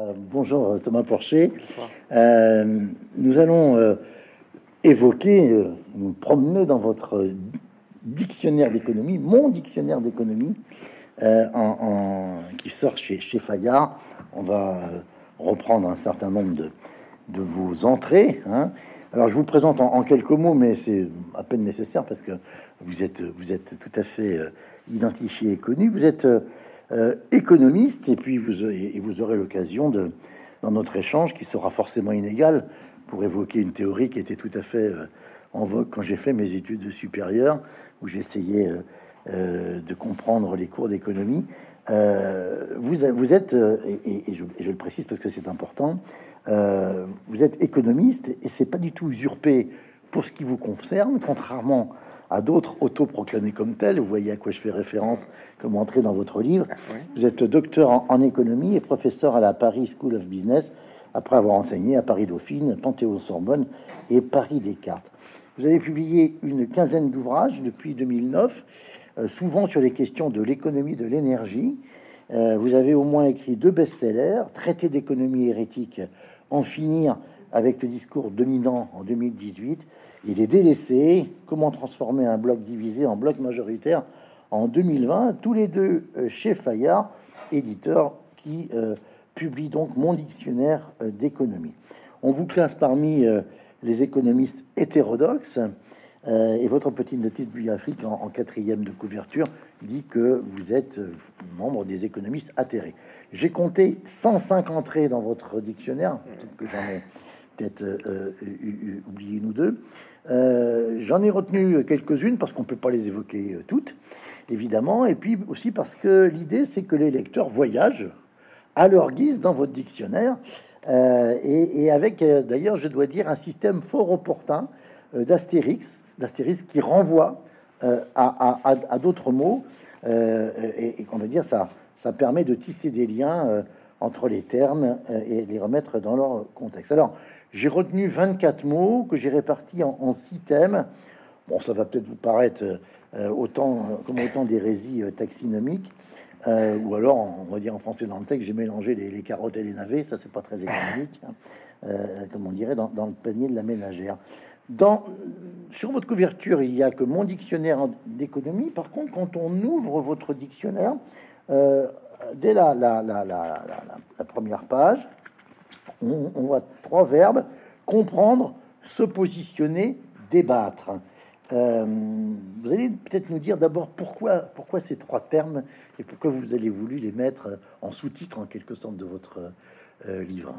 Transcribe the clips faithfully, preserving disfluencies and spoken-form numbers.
Euh, bonjour Thomas Porcher. Euh, nous allons euh, évoquer, euh, nous promener dans votre dictionnaire d'économie, mon dictionnaire d'économie, euh, en, en- qui sort chez, chez Fayard. On va euh, reprendre un certain nombre de, de vos entrées, hein. Alors je vous le présente en, en quelques mots, mais c'est à peine nécessaire parce que vous êtes, vous êtes tout à fait euh, identifié et connu. Vous êtes euh, euh, économiste, et puis vous, et vous aurez l'occasion de, dans notre échange, qui sera forcément inégal, pour évoquer une théorie qui était tout à fait euh, en vogue quand j'ai fait mes études supérieures, où j'essayais euh, euh, de comprendre les cours d'économie. Euh, vous, vous êtes, euh, et, et je, et je le précise parce que c'est important, euh, vous êtes économiste, et c'est pas du tout usurpé pour ce qui vous concerne, contrairement à d'autres autoproclamés comme tels. Vous voyez à quoi je fais référence comme entrée dans votre livre. Oui. Vous êtes docteur en, en économie et professeur à la Paris School of Business, après avoir enseigné à Paris-Dauphine, Panthéon-Sorbonne et Paris-Descartes. Vous avez publié une quinzaine d'ouvrages depuis deux mille neuf, euh, souvent sur les questions de l'économie de l'énergie. Euh, vous avez au moins écrit deux best-sellers, Traité d'économie hérétique, En finir avec le discours dominant en deux mille dix-huit, et Les délaissés, Comment transformer un bloc divisé en bloc majoritaire en deux mille vingt, tous les deux euh, chez Fayard, éditeur qui euh, publie donc mon dictionnaire euh, d'économie. On vous classe parmi euh, les économistes hétérodoxes, euh, et votre petite notice biographique en, en quatrième de couverture dit que vous êtes euh, membre des économistes atterrés. J'ai compté cent cinq entrées dans votre dictionnaire, peut-être que j'en ai peut-être euh, euh, oublié une ou deux. Euh, j'en ai retenu quelques-unes parce qu'on peut pas les évoquer euh, toutes, évidemment, et puis aussi parce que l'idée c'est que les lecteurs voyagent à leur guise dans votre dictionnaire, euh, et, et avec euh, d'ailleurs, je dois dire, un système fort opportun euh, d'astérix, d'astérix qui renvoie euh, à, à, à, à d'autres mots, euh, et, et qu'on va dire ça, ça permet de tisser des liens euh, entre les termes euh, et les remettre dans leur contexte. Alors, j'ai retenu vingt-quatre mots que j'ai répartis en, en six thèmes. Bon, ça va peut-être vous paraître euh, autant comme autant d'hérésie euh, taxinomique. Euh, ou alors, on va dire en français dans le texte, j'ai mélangé les, les carottes et les navets. Ça, c'est pas très économique, hein, euh, comme on dirait dans, dans le panier de la ménagère. Dans, sur votre couverture, il y a que mon dictionnaire d'économie. Par contre, quand on ouvre votre dictionnaire, euh, dès la, la, la, la, la, la première page, on, on voit trois verbes: comprendre, se positionner, débattre. Euh, vous allez peut-être nous dire d'abord pourquoi, pourquoi ces trois termes et pourquoi vous avez voulu les mettre en sous-titre en quelque sorte de votre euh, livre.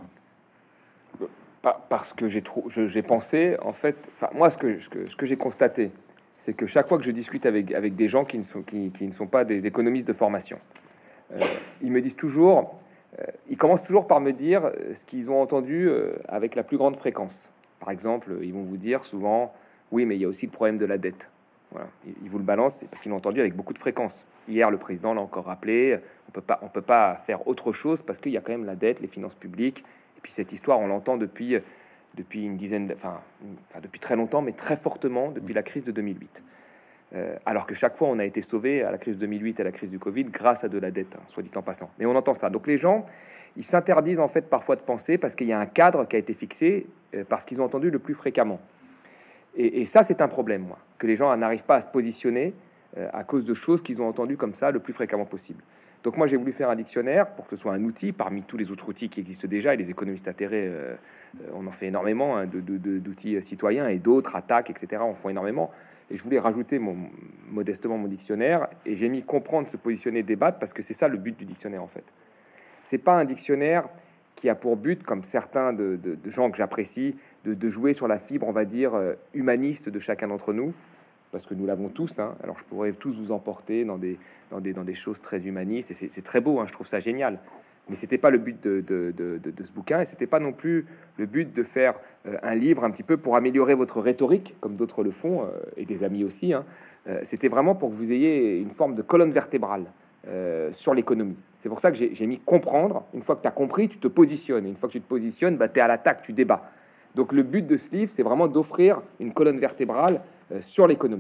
Parce que j'ai trop, j'ai pensé en fait, enfin moi ce que, ce que, ce que j'ai constaté, c'est que chaque fois que je discute avec, avec des gens qui ne sont, qui, qui ne sont pas des économistes de formation, euh, ils me disent toujours, euh, ils commencent toujours par me dire ce qu'ils ont entendu euh, avec la plus grande fréquence. Par exemple, ils vont vous dire souvent: oui, mais il y a aussi le problème de la dette. Voilà. Ils vous le balancent parce qu'ils l'ont entendu avec beaucoup de fréquence. Hier, le président l'a encore rappelé. On peut pas, on peut pas faire autre chose parce qu'il y a quand même la dette, les finances publiques. Et puis cette histoire, on l'entend depuis, depuis une dizaine, de, enfin, enfin depuis très longtemps, mais très fortement depuis la crise de deux mille huit. Euh, alors que chaque fois, on a été sauvé à la crise de deux mille huit, à la crise du Covid, grâce à de la dette, hein, soit dit en passant. Mais on entend ça. Donc les gens, ils s'interdisent en fait parfois de penser parce qu'il y a un cadre qui a été fixé euh, parce qu'ils ont entendu le plus fréquemment. Et, et ça, c'est un problème, moi, que les gens n'arrivent pas à se positionner euh, à cause de choses qu'ils ont entendues comme ça le plus fréquemment possible. Donc moi, j'ai voulu faire un dictionnaire pour que ce soit un outil parmi tous les autres outils qui existent déjà. Et les économistes atterrés, euh, on en fait énormément, hein, de, de, de, d'outils citoyens, et d'autres, attaques, et cetera, en font énormément. Et je voulais rajouter mon, modestement mon dictionnaire, et j'ai mis comprendre, se positionner, débattre, parce que c'est ça le but du dictionnaire, en fait. C'est pas un dictionnaire qui a pour but, comme certains de, de, de gens que j'apprécie, de, de jouer sur la fibre, on va dire, euh, humaniste de chacun d'entre nous, parce que nous l'avons tous, hein. Alors je pourrais tous vous emporter dans des, dans des, dans des choses très humanistes, et c'est, c'est très beau, hein, je trouve ça génial. Mais c'était pas le but de, de, de, de, de ce bouquin, et c'était pas non plus le but de faire euh, un livre un petit peu pour améliorer votre rhétorique, comme d'autres le font, euh, et des amis aussi, hein. Euh, c'était vraiment pour que vous ayez une forme de colonne vertébrale euh, sur l'économie. C'est pour ça que j'ai, j'ai mis comprendre. Une fois que tu as compris, tu te positionnes. Et une fois que tu te positionnes, bah, tu es à l'attaque, tu débats. Donc le but de ce livre, c'est vraiment d'offrir une colonne vertébrale euh, sur l'économie.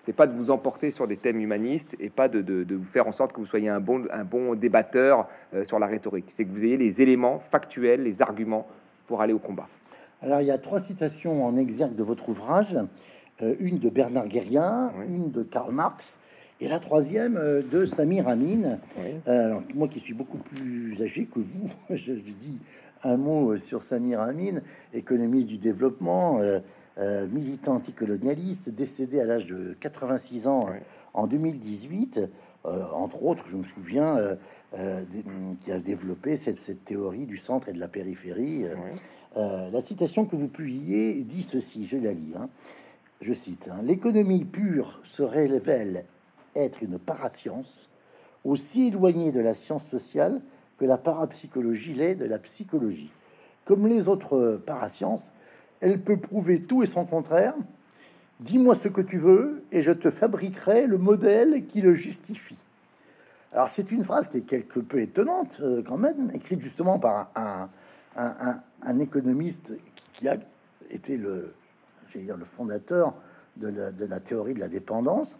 c'est pas de vous emporter sur des thèmes humanistes et pas de, de, de vous faire en sorte que vous soyez un bon, un bon débatteur euh, sur la rhétorique. C'est que vous ayez les éléments factuels, les arguments pour aller au combat. Alors, il y a trois citations en exergue de votre ouvrage, euh, une de Bernard Guérien, oui. une de Karl Marx, et la troisième euh, de Samir Amin. Oui. Euh, alors, moi qui suis beaucoup plus âgé que vous, je, je dis un mot sur Samir Amin, économiste du développement, euh, euh, militant anticolonialiste, décédé à l'âge de quatre-vingt-six ans oui. en deux mille dix-huit. Euh, entre autres, je me souviens, euh, euh, qui a développé cette, cette théorie du centre et de la périphérie. Euh, oui. euh, la citation que vous publiez dit ceci, je la lis, hein, je cite, hein, « L'économie pure se révèle être une parascience, aussi éloignée de la science sociale que la parapsychologie l'est de la psychologie. Comme les autres parasciences, elle peut prouver tout et son contraire. Dis-moi ce que tu veux et je te fabriquerai le modèle qui le justifie. » Alors c'est une phrase qui est quelque peu étonnante euh, quand même, écrite justement par un, un, un, un économiste qui, qui a été le, j'allais dire, le fondateur de la, de la théorie de la dépendance.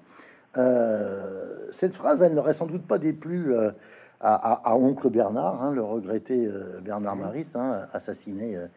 Euh, cette phrase, elle n'aurait sans doute pas déplu euh, à, à, à oncle Bernard, hein, le regretté euh, Bernard Maris, hein, assassiné euh,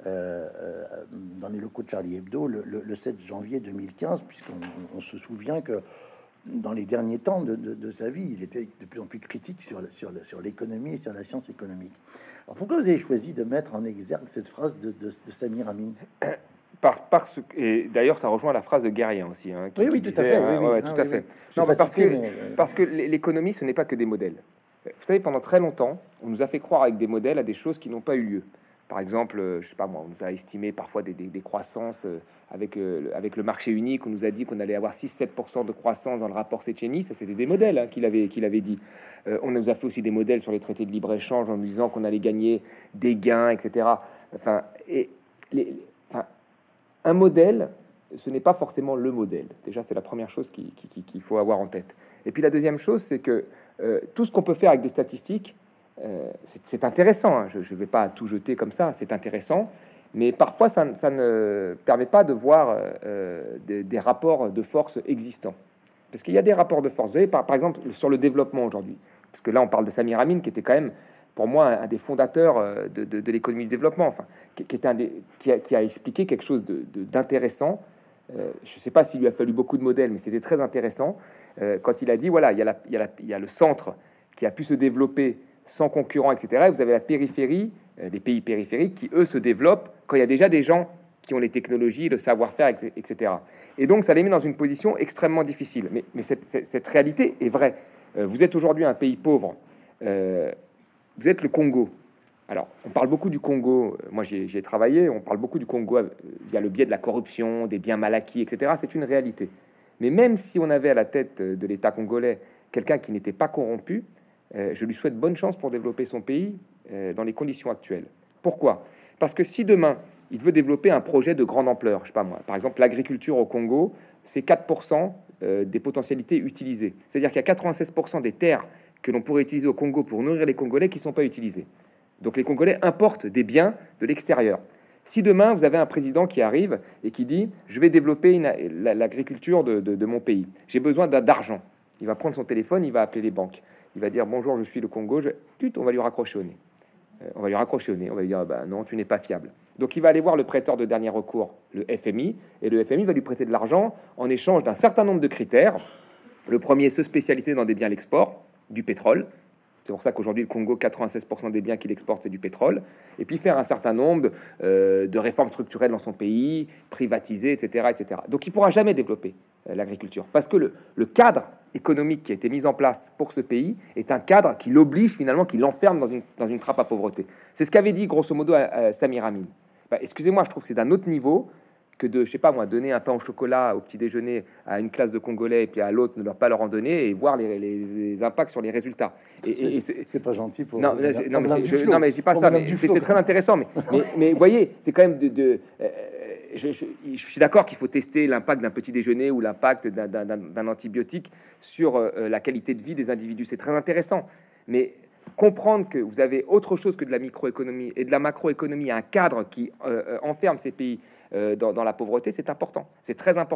euh, dans les locaux de Charlie Hebdo le, le, le sept janvier deux mille quinze, puisqu'on on se souvient que dans les derniers temps de, de, de sa vie, il était de plus en plus critique sur, sur, sur l'économie et sur la science économique. Alors pourquoi vous avez choisi de mettre en exergue cette phrase de, de, de Samir Amin? Par, parce que, et d'ailleurs, ça rejoint la phrase de Guérien aussi. Hein, qui, oui, oui, qui tout disait, à fait. hein, oui, ouais, oui. tout Ah, à oui, fait. Oui. Non, mais parce, citer, que, mais... parce que l'économie, ce n'est pas que des modèles. Vous savez, pendant très longtemps, on nous a fait croire avec des modèles à des choses qui n'ont pas eu lieu. Par exemple, je sais pas moi, on nous a estimé parfois des, des, des croissances avec, euh, avec le marché unique. On nous a dit qu'on allait avoir six à sept pour cent de croissance dans le rapport Cecchini. Ça, c'était des modèles hein, qu'il avait, qu'il avait dit. Euh, on nous a fait aussi des modèles sur les traités de libre-échange en nous disant qu'on allait gagner des gains, et cetera. Enfin, et les, enfin, un modèle, ce n'est pas forcément le modèle. Déjà, c'est la première chose qu'il qui, qui, qu'il faut avoir en tête. Et puis la deuxième chose, c'est que euh, tout ce qu'on peut faire avec des statistiques, euh, c'est intéressant. Hein. Je ne vais pas tout jeter comme ça, c'est intéressant. Mais parfois, ça, ça ne permet pas de voir euh, des, des rapports de force existants. Parce qu'il y a des rapports de force. Vous voyez, par, par exemple, sur le développement aujourd'hui. Parce que là, on parle de Samir Amin, qui était quand même, pour moi, un des fondateurs de, de, de l'économie du développement. Enfin, qui, qui, était un des, qui, a, qui a expliqué quelque chose d'intéressant. Euh, je ne sais pas s'il lui a fallu beaucoup de modèles, mais c'était très intéressant. Euh, quand il a dit, voilà, il y a, la, il, y a la, il y a le centre qui a pu se développer sans concurrent, et cetera. Et vous avez la périphérie, euh, des pays périphériques qui, eux, se développent quand il y a déjà des gens qui ont les technologies, le savoir-faire, et cetera. Et donc, ça les met dans une position extrêmement difficile. Mais, mais cette, cette, cette réalité est vraie. Euh, vous êtes aujourd'hui un pays pauvre. Euh, vous êtes le Congo. Alors, on parle beaucoup du Congo. Moi, j'y ai travaillé. On parle beaucoup du Congo euh, via le biais de la corruption, des biens mal acquis, et cetera. C'est une réalité. Mais même si on avait à la tête de l'État congolais quelqu'un qui n'était pas corrompu, euh, je lui souhaite bonne chance pour développer son pays euh, dans les conditions actuelles. Pourquoi? Parce que si demain, il veut développer un projet de grande ampleur, je sais pas moi, par exemple, l'agriculture au Congo, c'est quatre pour cent euh, des potentialités utilisées. C'est-à-dire qu'il y a quatre-vingt-seize pour cent des terres que l'on pourrait utiliser au Congo pour nourrir les Congolais qui ne sont pas utilisées. Donc les Congolais importent des biens de l'extérieur. Si demain, vous avez un président qui arrive et qui dit « Je vais développer l'agriculture de, de, de mon pays. J'ai besoin d'argent. » Il va prendre son téléphone, il va appeler les banques. Il va dire « Bonjour, je suis le Congo. Je... » Tut, on va lui raccrocher au nez. Euh, on va lui raccrocher au nez. On va lui dire bah, « Non, tu n'es pas fiable. » Donc il va aller voir le prêteur de dernier recours, le F M I, et le F M I va lui prêter de l'argent en échange d'un certain nombre de critères. Le premier, se spécialiser dans des biens à l'export, du pétrole. C'est pour ça qu'aujourd'hui, le Congo, quatre-vingt-seize pour cent des biens qu'il exporte, c'est du pétrole. Et puis faire un certain nombre euh, de réformes structurelles dans son pays, privatiser, et cetera, et cetera. Donc il ne pourra jamais développer euh, l'agriculture. Parce que le, le cadre économique qui a été mis en place pour ce pays est un cadre qui l'oblige finalement, qui l'enferme dans une, dans une trappe à pauvreté. C'est ce qu'avait dit grosso modo à, à Samir Amin. Bah, excusez-moi, je trouve que c'est d'un autre niveau que de, je sais pas moi, donner un pain au chocolat au petit déjeuner à une classe de Congolais et puis à l'autre ne leur pas leur en donner et voir les, les, les impacts sur les résultats. Et, et c'est pas gentil pour non, mais non, mais je, non, mais je dis pas ça, mais c'est très intéressant. Mais, mais, mais vous voyez, c'est quand même de. de euh, je, je, je suis d'accord qu'il faut tester l'impact d'un petit déjeuner ou l'impact d'un antibiotique sur euh, la qualité de vie des individus. C'est très intéressant, mais comprendre que vous avez autre chose que de la microéconomie et de la macroéconomie, un cadre qui euh, enferme ces pays euh, dans, dans la pauvreté, c'est important, c'est très important.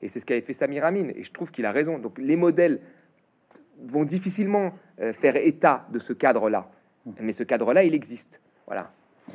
Et c'est ce qu'avait fait Samir Amin. Et je trouve qu'il a raison. Donc les modèles vont difficilement euh, faire état de ce cadre-là. Mais ce cadre-là, il existe. Voilà.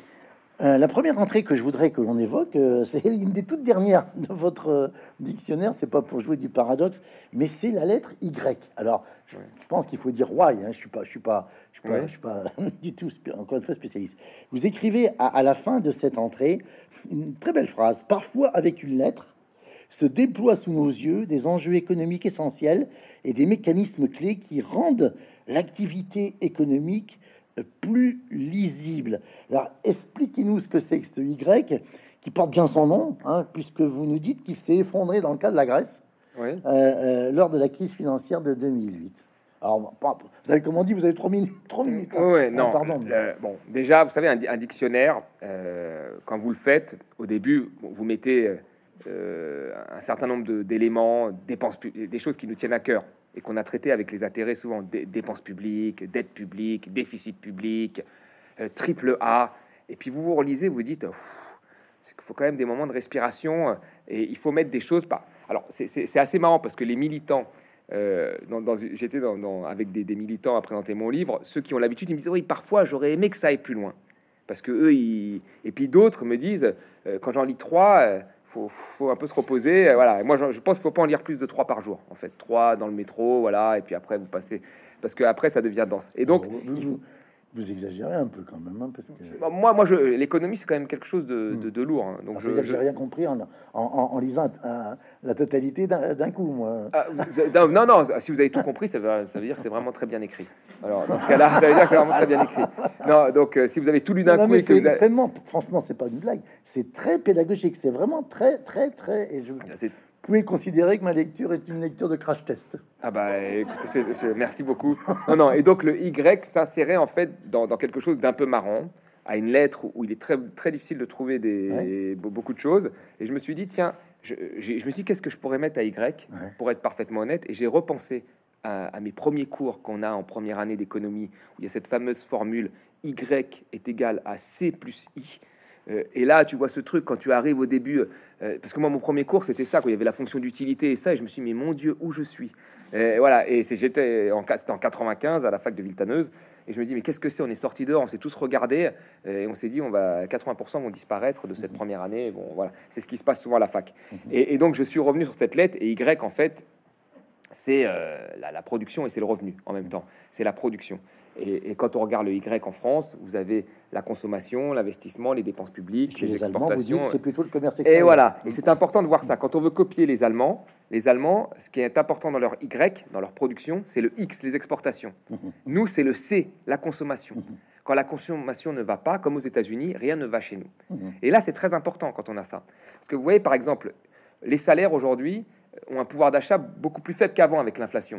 Euh, la première entrée que je voudrais que l'on évoque, euh, c'est une des toutes dernières de votre euh, dictionnaire. C'est pas pour jouer du paradoxe, mais c'est la lettre Y. Alors, je, je pense qu'il faut dire Y. Hein, je suis pas, je suis pas, je suis pas, Ouais. je suis pas du tout encore une fois spécialiste. Vous écrivez à, à la fin de cette entrée une très belle phrase. Parfois, avec une lettre, se déploient sous nos yeux des enjeux économiques essentiels et des mécanismes clés qui rendent l'activité économique plus lisible. Alors, expliquez-nous ce que c'est que ce Y, qui porte bien son nom, hein, puisque vous nous dites qu'il s'est effondré dans le cas de la Grèce Oui. euh, euh, lors de la crise financière de deux mille huit. Alors, vous avez comment dit, vous avez trois minutes, trois minutes. Hein. Oui, Ah, non. pardon. Le- bon, déjà, vous savez, un, di- un dictionnaire, euh, quand vous le faites, au début, bon, vous mettez euh, un certain nombre de- d'éléments, dépenses, pu- des choses qui nous tiennent à cœur et qu'on a traité avec les intérêts souvent, dé- dépenses publiques, dette publique, déficit public, euh, triple A. Et puis vous vous relisez, vous dites, Ouf, c'est qu'il faut quand même des moments de respiration euh, et il faut mettre des choses pas. Alors c'est- c'est c'est assez marrant parce que les militants, euh, dans, dans- j'étais dans, dans- avec des, des militants à présenter mon livre, ceux qui ont l'habitude, ils me disent oui, parfois j'aurais aimé que ça aille plus loin. Parce que eux, ils... et puis d'autres me disent, euh, quand j'en lis trois, euh, faut, faut un peu se reposer. euh, voilà. Et moi, je, je pense qu'il faut pas en lire plus de trois par jour. En fait, trois dans le métro, voilà. Et puis après, vous passez, parce que après, ça devient dense. Et donc, vous, il vous, faut- vous exagérez un peu quand même, hein, parce que Bah, moi, moi, je, l'économie, c'est quand même quelque chose de, de, de lourd. hein. Donc, alors, je, c'est-à-dire que je- j'ai rien compris en, en, en- en lisant un- la totalité d'un d'un coup, moi. Ah, vous- non, non, non, si vous avez tout compris, ça veut, ça veut dire que c'est vraiment très bien écrit. Alors, dans ce cas-là, ça veut dire que c'est vraiment très bien écrit. Non, donc, euh, si vous avez tout lu d'un Non, coup mais et que c'est vous avez- extrêmement, franchement, c'est pas une blague, c'est très pédagogique, c'est vraiment très, très, très. Et je vous C'est- pouvez considérer que ma lecture est une lecture de crash test. Ah bah écoutez, c'est- je- merci beaucoup. Non, non, et donc le Y s'insérait en fait dans, dans quelque chose d'un peu marrant, à une lettre où il est très, très difficile de trouver des, be- beaucoup de choses. Et je me suis dit, tiens, je, j'ai- je me suis dit, qu'est-ce que je pourrais mettre à Y pour être parfaitement honnête. Et j'ai repensé à, à mes premiers cours qu'on a en première année d'économie, où il y a cette fameuse formule Y est égal à C plus I. Euh, et là, tu vois ce truc quand tu arrives au début, euh, parce que moi, mon premier cours, c'était ça, quoi. Il y avait la fonction d'utilité et ça, et je me suis dit, mais mon Dieu, où je suis. Et voilà, et c'est, j'étais en, c'était en quatre-vingt-quinze à la fac de Villetaneuse, et je me dis, mais qu'est-ce que c'est? On est sortis dehors, on s'est tous regardés, et on s'est dit, on va quatre-vingts pour cent vont disparaître de cette première année. Bon, voilà, c'est ce qui se passe souvent à la fac. Et, et donc, je suis revenu sur cette lettre, et Y, en fait, c'est euh, la, la production et c'est le revenu en même temps. C'est la production. Et, et quand on regarde le Y en France, vous avez la consommation, l'investissement, les dépenses publiques, Chez les les Allemands, vous dites exportations. que c'est plutôt le commerce Et extérieur. voilà. Et c'est important de voir ça. Quand on veut copier les Allemands, les Allemands, ce qui est important dans leur Y, dans leur production, c'est le X, les exportations. Nous, c'est le C, la consommation. Quand la consommation ne va pas, comme aux États-Unis, rien ne va chez nous. Et là, c'est très important quand on a ça. Parce que vous voyez, par exemple, les salaires aujourd'hui ont un pouvoir d'achat beaucoup plus faible qu'avant avec l'inflation.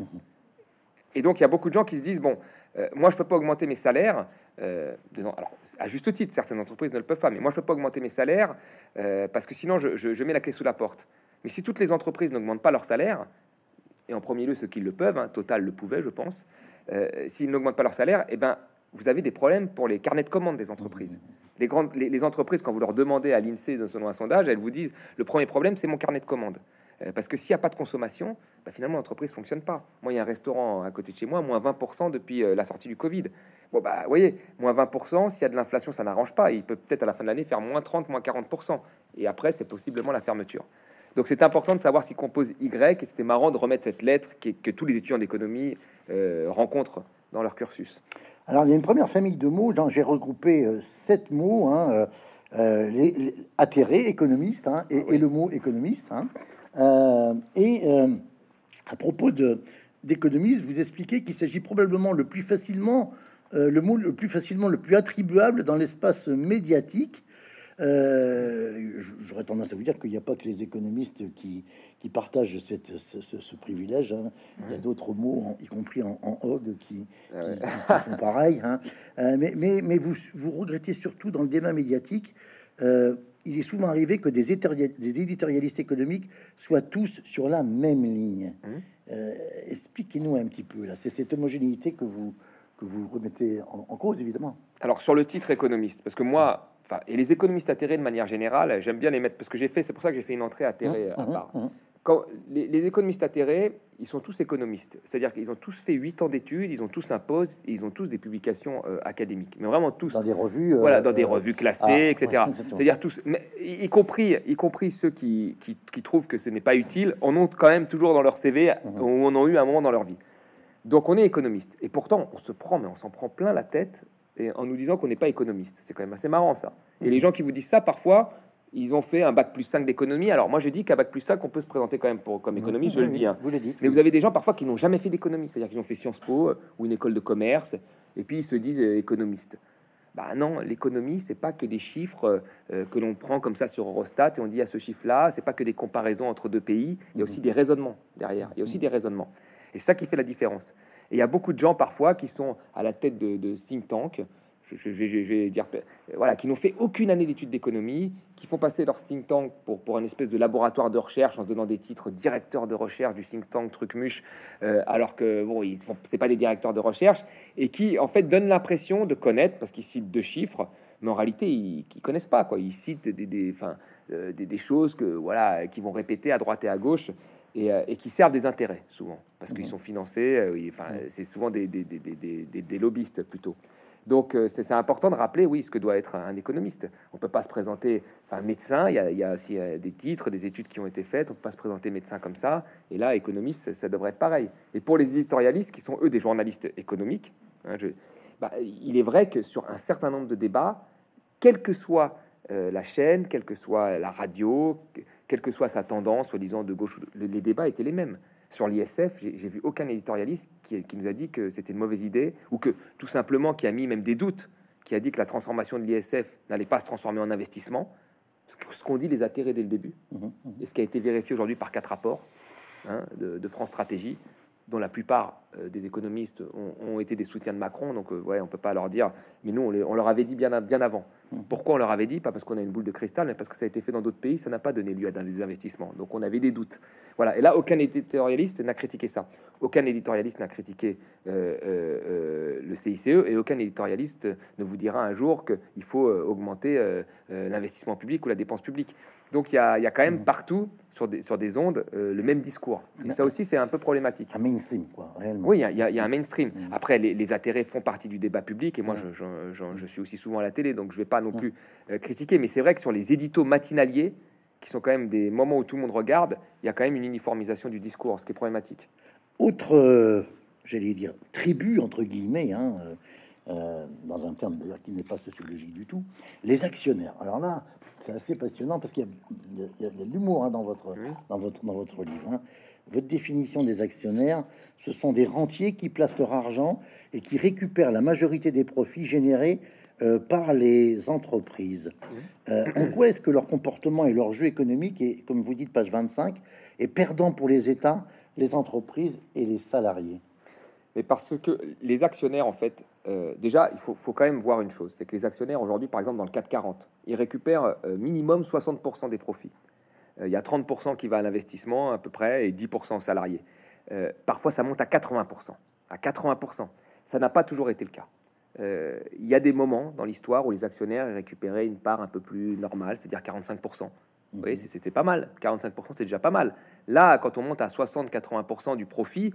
Et donc, il y a beaucoup de gens qui se disent, bon, euh, moi, je peux pas augmenter mes salaires. Euh, disons, alors, à juste titre, certaines entreprises ne le peuvent pas, mais moi, je peux pas augmenter mes salaires euh, parce que sinon, je, je- je mets la clé sous la porte. Mais si toutes les entreprises n'augmentent pas leur salaire, et en premier lieu ceux qui le peuvent, hein, Total le pouvait, je pense, euh, s'ils n'augmentent pas leur salaire, eh ben, vous avez des problèmes pour les carnets de commandes des entreprises. Les, grandes, les, les entreprises, quand vous leur demandez à l'INSEE, selon un sondage, elles vous disent, le premier problème, c'est mon carnet de commandes. Euh, Parce que s'il n'y a pas de consommation, bah, finalement, l'entreprise fonctionne pas. Moi, il y a un restaurant à côté de chez moi, moins vingt pour cent depuis euh, la sortie du Covid. Bon, bah, vous voyez, moins vingt pour cent, s'il y a de l'inflation, ça n'arrange pas. Il peut peut-être à la fin de l'année faire moins trente, moins quarante pour cent. Et après, c'est possiblement la fermeture. Donc, c'est important de savoir ce qui compose Y. Et c'était marrant de remettre cette lettre qui, que tous les étudiants d'économie euh, rencontrent dans leur cursus. Alors, il y a une première famille de mots. Genre, j'ai regroupé euh, sept mots, hein, euh, euh, les, les atterrés, économistes, hein, et, Ah oui. et le mot économiste. Hein. Euh, et euh, à propos de d'économiste, vous expliquez qu'il s'agit probablement le plus facilement, euh, le mot le plus facilement, le plus attribuable dans l'espace médiatique. Euh, J'aurais tendance à vous dire qu'il n'y a pas que les économistes qui, qui partagent cette, ce, ce- ce privilège. Hein. Il y a d'autres mots, en- y compris en, en hog, qui, Ah ouais. qui- qui font pareil. Hein. Euh, mais mais, mais vous, vous regrettez surtout dans le débat médiatique. euh, il est souvent arrivé que des, éditorial- des éditorialistes économiques soient tous sur la même ligne. Euh, Expliquez-nous un petit peu là. C'est cette homogénéité que vous que vous remettez en, en cause, évidemment. Alors, sur le titre économiste, parce que moi, enfin, et les économistes atterrés de manière générale, j'aime bien les mettre, parce que j'ai fait, c'est pour ça que j'ai fait une entrée atterrée à part. quand les, les économistes atterrés, ils sont tous économistes. C'est-à-dire qu'ils ont tous fait huit ans d'études, ils ont tous un poste, ils ont tous des publications euh, académiques. Mais vraiment tous. Dans des revues. Euh, voilà, dans des euh, revues classées, ah, et cetera. Ouais, C'est-à-dire tous, mais, y compris, y compris ceux qui, qui, qui trouvent que ce n'est pas utile, en ont quand même toujours dans leur C V, mm-hmm. ou en ont eu un moment dans leur vie. Donc on est économiste. Et pourtant, on se prend, mais on s'en prend plein la tête et en nous disant qu'on n'est pas économiste. C'est quand même assez marrant, ça. Et les gens qui vous disent ça, parfois, ils ont fait un bac plus cinq d'économie. Alors moi, je dis qu'à bac plus cinq, on peut se présenter quand même pour, comme économiste, je oui, le dis. Hein. Vous le dites. Mais vous avez des gens, parfois, qui n'ont jamais fait d'économie. C'est-à-dire qu'ils ont fait Sciences Po ou une école de commerce, et puis ils se disent euh, économistes. Bah non, l'économie, c'est pas que des chiffres euh, que l'on prend comme ça sur Eurostat, et on dit à ce chiffre-là, c'est pas que des comparaisons entre deux pays. Il y a aussi des raisonnements derrière. Il y a aussi des raisonnements. Et c'est ça qui fait la différence. Et il y a beaucoup de gens parfois qui sont à la tête de, de think tank, je, je, je, je vais dire, voilà, qui n'ont fait aucune année d'études d'économie, qui font passer leur think tank pour, pour un espèce de laboratoire de recherche en se donnant des titres directeur de recherche du think tank truc muche, euh, alors que bon, ils font, c'est pas des directeurs de recherche, et qui en fait donnent l'impression de connaître parce qu'ils citent deux chiffres, mais en réalité ils, ils connaissent pas quoi. Ils citent des, des, enfin, euh, des, des choses que voilà, qui vont répéter à droite et à gauche. Et, euh, et qui servent des intérêts souvent parce qu'ils sont financés. Euh, oui, enfin, c'est souvent des, des, des, des, des, des lobbyistes plutôt. Donc euh, c'est important de rappeler, oui, ce que doit être un, un économiste. On peut pas se présenter, enfin médecin. Il y a, il y a aussi euh, des titres, des études qui ont été faites. On peut pas se présenter médecin comme ça. Et là, économiste, ça, ça devrait être pareil. Et pour les éditorialistes, qui sont eux des journalistes économiques, hein, je, bah, il est vrai que sur un certain nombre de débats, quelle que soit euh, la chaîne, quelle que soit la radio, quelle que soit sa tendance, soi-disant de gauche, les débats étaient les mêmes. Sur l'I S F, j'ai vu aucun éditorialiste qui, qui nous a dit que c'était une mauvaise idée, ou que tout simplement qui a mis même des doutes, qui a dit que la transformation de l'I S F n'allait pas se transformer en investissement. Ce qu'on dit les a terrés dès le début, mmh, mmh. et ce qui a été vérifié aujourd'hui par quatre rapports hein, de, de France Stratégie, dont la plupart euh, des économistes ont, ont été des soutiens de Macron. Donc, euh, ouais, on peut pas leur dire, mais nous, on, les, on leur avait dit bien, bien avant. Pourquoi on leur avait dit? Pas parce qu'on a une boule de cristal, mais parce que ça a été fait dans d'autres pays, ça n'a pas donné lieu à des investissements. Donc, on avait des doutes. Voilà. Et là, aucun éditorialiste n'a critiqué ça. Aucun éditorialiste n'a critiqué euh, euh, le C I C E, et aucun éditorialiste ne vous dira un jour qu'il faut euh, augmenter euh, euh, l'investissement public ou la dépense publique. Donc, il y a, y a quand même partout, sur des, sur des ondes, euh, le même discours. Et ça aussi, c'est un peu problématique. Un mainstream, quoi, réellement. Oui, il y, y a un mainstream. Mmh. Après, les, les atterrés font partie du débat public, et moi, mmh. je, je, je, je suis aussi souvent à la télé, donc je vais pas non plus euh, critiquer. Mais c'est vrai que sur les éditos matinaliers, qui sont quand même des moments où tout le monde regarde, il y a quand même une uniformisation du discours, ce qui est problématique. Autre, euh, j'allais dire, tribu, entre guillemets, hein, euh, Euh, dans un terme d'ailleurs qui n'est pas sociologique du tout, les actionnaires. Alors là, c'est assez passionnant parce qu'il y, y, y a de l'humour hein, dans, votre, oui. dans, votre, dans votre livre. Hein. Votre définition des actionnaires, ce sont des rentiers qui placent leur argent et qui récupèrent la majorité des profits générés euh, par les entreprises. Oui. Euh, en quoi est-ce que leur comportement et leur jeu économique est, comme vous dites, page vingt-cinq, est perdant pour les États, les entreprises et les salariés? Mais parce que les actionnaires, en fait, euh, déjà, il faut, faut quand même voir une chose, c'est que les actionnaires, aujourd'hui, par exemple, dans le CAC quarante, ils récupèrent euh, minimum soixante pour cent des profits. Euh, il y a trente pour cent qui va à l'investissement, à peu près, et dix pour cent aux salariés. Euh, parfois, ça monte à quatre-vingts pour cent. À quatre-vingts pour cent. Ça n'a pas toujours été le cas. Euh, il y a des moments dans l'histoire où les actionnaires récupéraient une part un peu plus normale, c'est-à-dire quarante-cinq pour cent. Vous voyez, c'était pas mal. quarante-cinq pour cent, c'est déjà pas mal. Là, quand on monte à soixante à quatre-vingts pour cent du profit,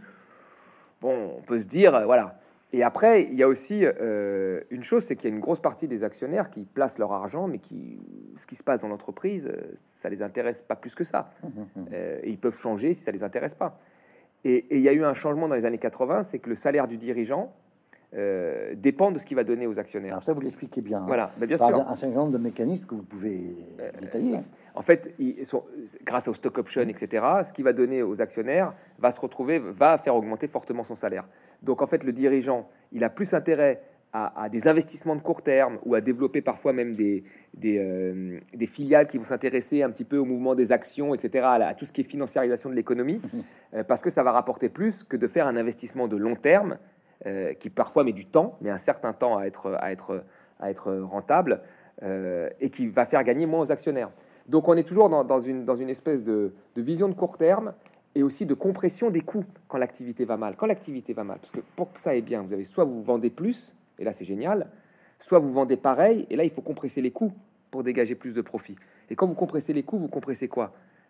bon, on peut se dire, euh, voilà. Et après, il y a aussi euh, une chose, c'est qu'il y a une grosse partie des actionnaires qui placent leur argent, mais qui, ce qui se passe dans l'entreprise, euh, ça les intéresse pas plus que ça. Euh, et ils peuvent changer si ça les intéresse pas. Et, et il y a eu un changement dans les années quatre-vingts, c'est que le salaire du dirigeant euh, dépend de ce qu'il va donner aux actionnaires. Alors ça, vous l'expliquez bien. Hein. Voilà, mais bien Par sûr. Un certain nombre de mécanismes que vous pouvez euh, détailler. En fait, ils sont, grâce au stock option, et cetera, ce qui va donner aux actionnaires va se retrouver, va faire augmenter fortement son salaire. Donc, en fait, le dirigeant, il a plus intérêt à, à des investissements de court terme ou à développer parfois même des, des, euh, des filiales qui vont s'intéresser un petit peu au mouvement des actions, et cetera, à, à tout ce qui est financiarisation de l'économie, euh, parce que ça va rapporter plus que de faire un investissement de long terme euh, qui parfois met du temps, mais un certain temps à être, à être, à être rentable euh, et qui va faire gagner moins aux actionnaires. Donc on est toujours dans, dans, une, dans une espèce de, de vision de court terme et aussi de compression des coûts quand l'activité va mal. Quand l'activité va mal, parce que pour que ça aille bien, vous avez soit vous vendez plus, et là c'est génial, soit vous vendez pareil, et là il faut compresser les coûts pour dégager plus de profit. Et quand vous compressez les coûts, vous compressez quoi?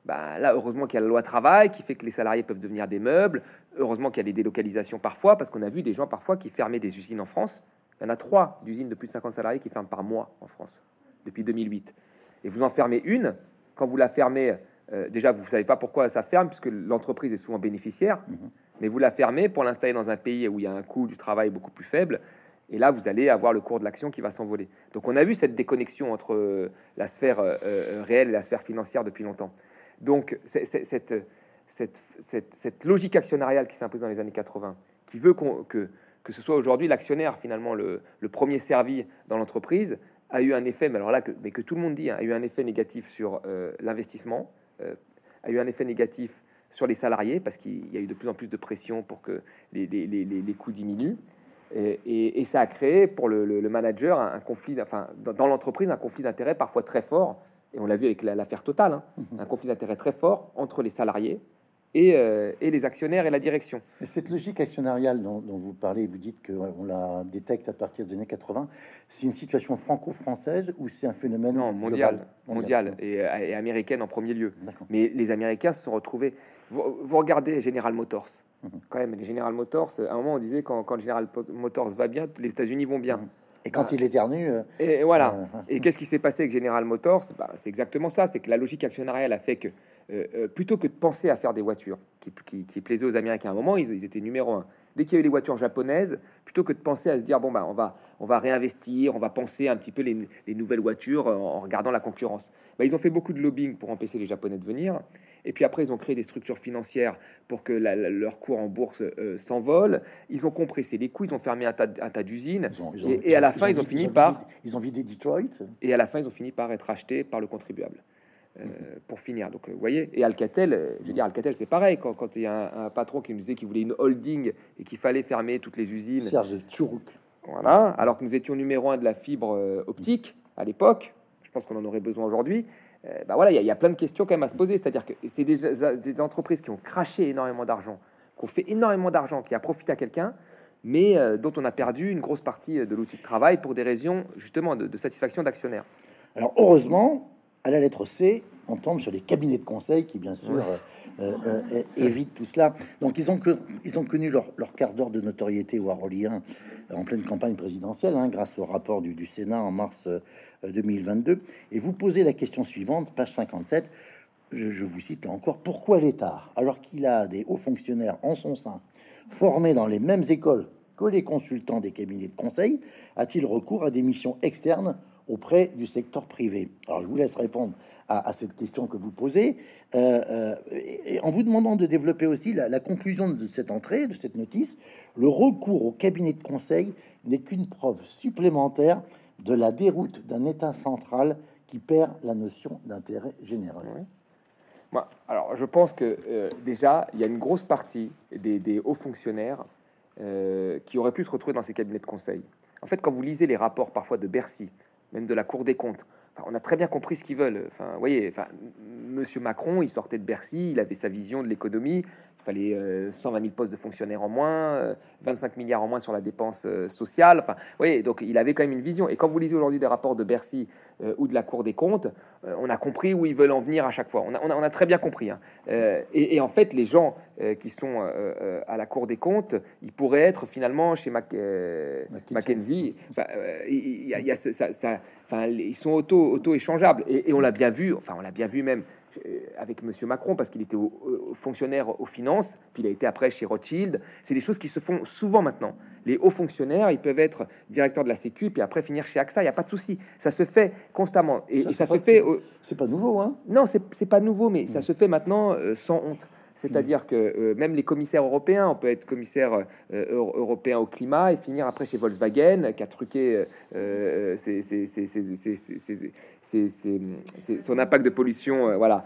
Bah, là, heureusement qu'il y a la loi travail qui fait que les salariés peuvent devenir des meubles. Heureusement qu'il y a des délocalisations parfois, parce qu'on a vu des gens parfois qui fermaient des usines en France. Il y en a trois d'usines de plus de cinquante salariés qui ferment par mois en France depuis deux mille huit. Et vous en fermez une, quand vous la fermez, euh, déjà vous savez pas pourquoi ça ferme, puisque l'entreprise est souvent bénéficiaire, mmh. mais vous la fermez pour l'installer dans un pays où il y a un coût du travail beaucoup plus faible. Et là, vous allez avoir le cours de l'action qui va s'envoler. Donc, on a vu cette déconnexion entre euh, la sphère euh, réelle et la sphère financière depuis longtemps. Donc, c'est, c'est, cette, cette, cette, cette logique actionnariale qui s'impose dans les années quatre-vingts, qui veut qu'on, que, que ce soit aujourd'hui l'actionnaire, finalement, le, le premier servi dans l'entreprise, a eu un effet, mais alors là, que, mais que tout le monde dit, hein, a eu un effet négatif sur euh, l'investissement, euh, a eu un effet négatif sur les salariés, parce qu'il y a eu de plus en plus de pression pour que les, les, les, les coûts diminuent. Et, et, et ça a créé pour le, le, le manager un, un conflit, enfin, dans, dans l'entreprise, un conflit d'intérêt parfois très fort. Et on l'a vu avec la, l'affaire Total, hein, mmh. un conflit d'intérêt très fort entre les salariés et, euh, et les actionnaires et la direction. Et cette logique actionnariale dont, dont vous parlez, vous dites qu'on la détecte à partir des années quatre-vingts, c'est une situation franco-française ou c'est un phénomène non, mondial, global, mondial, mondial et, et américaine en premier lieu. D'accord. Mais les Américains se sont retrouvés... Vous, vous regardez General Motors, mmh. quand même, les General Motors, à un moment on disait quand, quand General Motors va bien, les États-Unis vont bien. Mmh. Et quand ah. il éternue... Euh, et, et voilà. Euh, et qu'est-ce qui s'est passé avec General Motors? Bah, c'est exactement ça. C'est que la logique actionnariale a fait que, euh, euh, plutôt que de penser à faire des voitures qui, qui, qui plaisaient aux Américains à un moment, ils, ils étaient numéro un. Dès qu'il y a eu les voitures japonaises, plutôt que de penser à se dire, bon, bah, on va, on va réinvestir, on va penser un petit peu les, les nouvelles voitures en, en regardant la concurrence. Bah, ils ont fait beaucoup de lobbying pour empêcher les Japonais de venir. Et puis après, ils ont créé des structures financières pour que la, la, leur cours en bourse euh, s'envole. Ils ont compressé les coûts, ils ont fermé un tas, un tas d'usines. Ils ont, ils ont, et, et à la fin, ils ont, ils ont fini ils ont par... Vidé, ils ont vidé Detroit. Et à la fin, ils ont fini par être achetés par le contribuable. Euh, mm-hmm. Pour finir, donc vous voyez, et Alcatel, euh, je veux dire, Alcatel, c'est pareil. Quand, quand il y a un, un patron qui nous disait qu'il voulait une holding et qu'il fallait fermer toutes les usines, Serge Tchourouk, voilà, alors que nous étions numéro un de la fibre euh, optique à l'époque, je pense qu'on en aurait besoin aujourd'hui. Euh, bah voilà, il y, y a plein de questions quand même à se poser. C'est-à-dire que c'est des, des entreprises qui ont craché énormément d'argent, qui ont fait énormément d'argent, qui a profité à quelqu'un, mais euh, dont on a perdu une grosse partie de l'outil de travail pour des raisons justement de, de satisfaction d'actionnaires. Alors heureusement, à la lettre C, on tombe sur les cabinets de conseil qui, bien sûr, ouais. euh, euh, évitent tout cela. Donc, ils ont, que, ils ont connu leur, leur quart d'heure de notoriété au Harolien en pleine campagne présidentielle, hein, grâce au rapport du, du Sénat en mars euh, deux mille vingt-deux. Et vous posez la question suivante, page cinquante-sept. Je, je vous cite là encore. Pourquoi l'État, alors qu'il a des hauts fonctionnaires en son sein, formés dans les mêmes écoles que les consultants des cabinets de conseil, a-t-il recours à des missions externes auprès du secteur privé? Alors, je vous laisse répondre à, à cette question que vous posez, euh, euh, et, et en vous demandant de développer aussi la, la conclusion de cette entrée, de cette notice. Le recours au cabinet de conseil n'est qu'une preuve supplémentaire de la déroute d'un État central qui perd la notion d'intérêt général. Oui. Moi, alors, je pense que euh, déjà, il y a une grosse partie des, des hauts fonctionnaires euh, qui auraient pu se retrouver dans ces cabinets de conseil. En fait, quand vous lisez les rapports parfois de Bercy, même de la Cour des comptes, enfin, on a très bien compris ce qu'ils veulent. Enfin, vous voyez, enfin, Monsieur Macron, il sortait de Bercy, il avait sa vision de l'économie. Il fallait euh, cent vingt mille postes de fonctionnaires en moins, euh, vingt-cinq milliards en moins sur la dépense euh, sociale. Enfin, vous voyez, donc il avait quand même une vision. Et quand vous lisez aujourd'hui des rapports de Bercy euh, ou de la Cour des comptes, euh, on a compris où ils veulent en venir à chaque fois. On a, on a, on a très bien compris. Hein. Euh, et, et en fait, les gens euh, qui sont euh, euh, à la Cour des comptes, ils pourraient être finalement chez Mac, euh, McKinsey. Enfin, euh, il y a, il y a ce, ça, ça, enfin, ils sont auto, auto échangeables. Et, et on l'a bien vu. Enfin, on l'a bien vu même avec Monsieur Macron, parce qu'il était au, au fonctionnaire aux finances, puis il a été après chez Rothschild. C'est des choses qui se font souvent maintenant. Les hauts fonctionnaires, ils peuvent être directeurs de la Sécu, puis après finir chez AXA. Il n'y a pas de souci. Ça se fait constamment. Et ça, et ça se fait... Au... C'est pas nouveau, hein? Non, c'est pas nouveau, mais mmh. ça se fait maintenant euh, sans honte. C'est-à-dire que euh, même les commissaires européens, on peut être commissaire euh, européen au climat et finir après chez Volkswagen, qui a truqué euh, c'est, c'est, c'est, c'est, c'est, c'est, c'est, c'est, son impact de pollution, euh, voilà,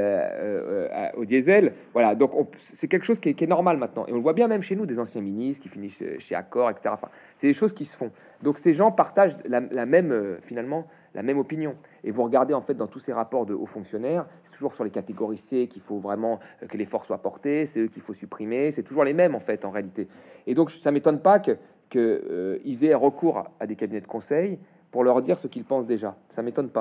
euh, euh, au diesel. Voilà, donc on, c'est quelque chose qui est, qui est normal maintenant. Et on le voit bien même chez nous, des anciens ministres qui finissent chez, chez Accor, et cetera. Enfin, c'est des choses qui se font. Donc ces gens partagent la, la même, euh, finalement, la même opinion. Et vous regardez en fait dans tous ces rapports de hauts fonctionnaires, c'est toujours sur les catégories C qu'il faut vraiment que l'effort soit porté, c'est eux qu'il faut supprimer, c'est toujours les mêmes en fait en réalité. Et donc ça m'étonne pas que qu'ils euh, aient recours à des cabinets de conseil pour leur dire ce qu'ils pensent déjà. Ça m'étonne pas.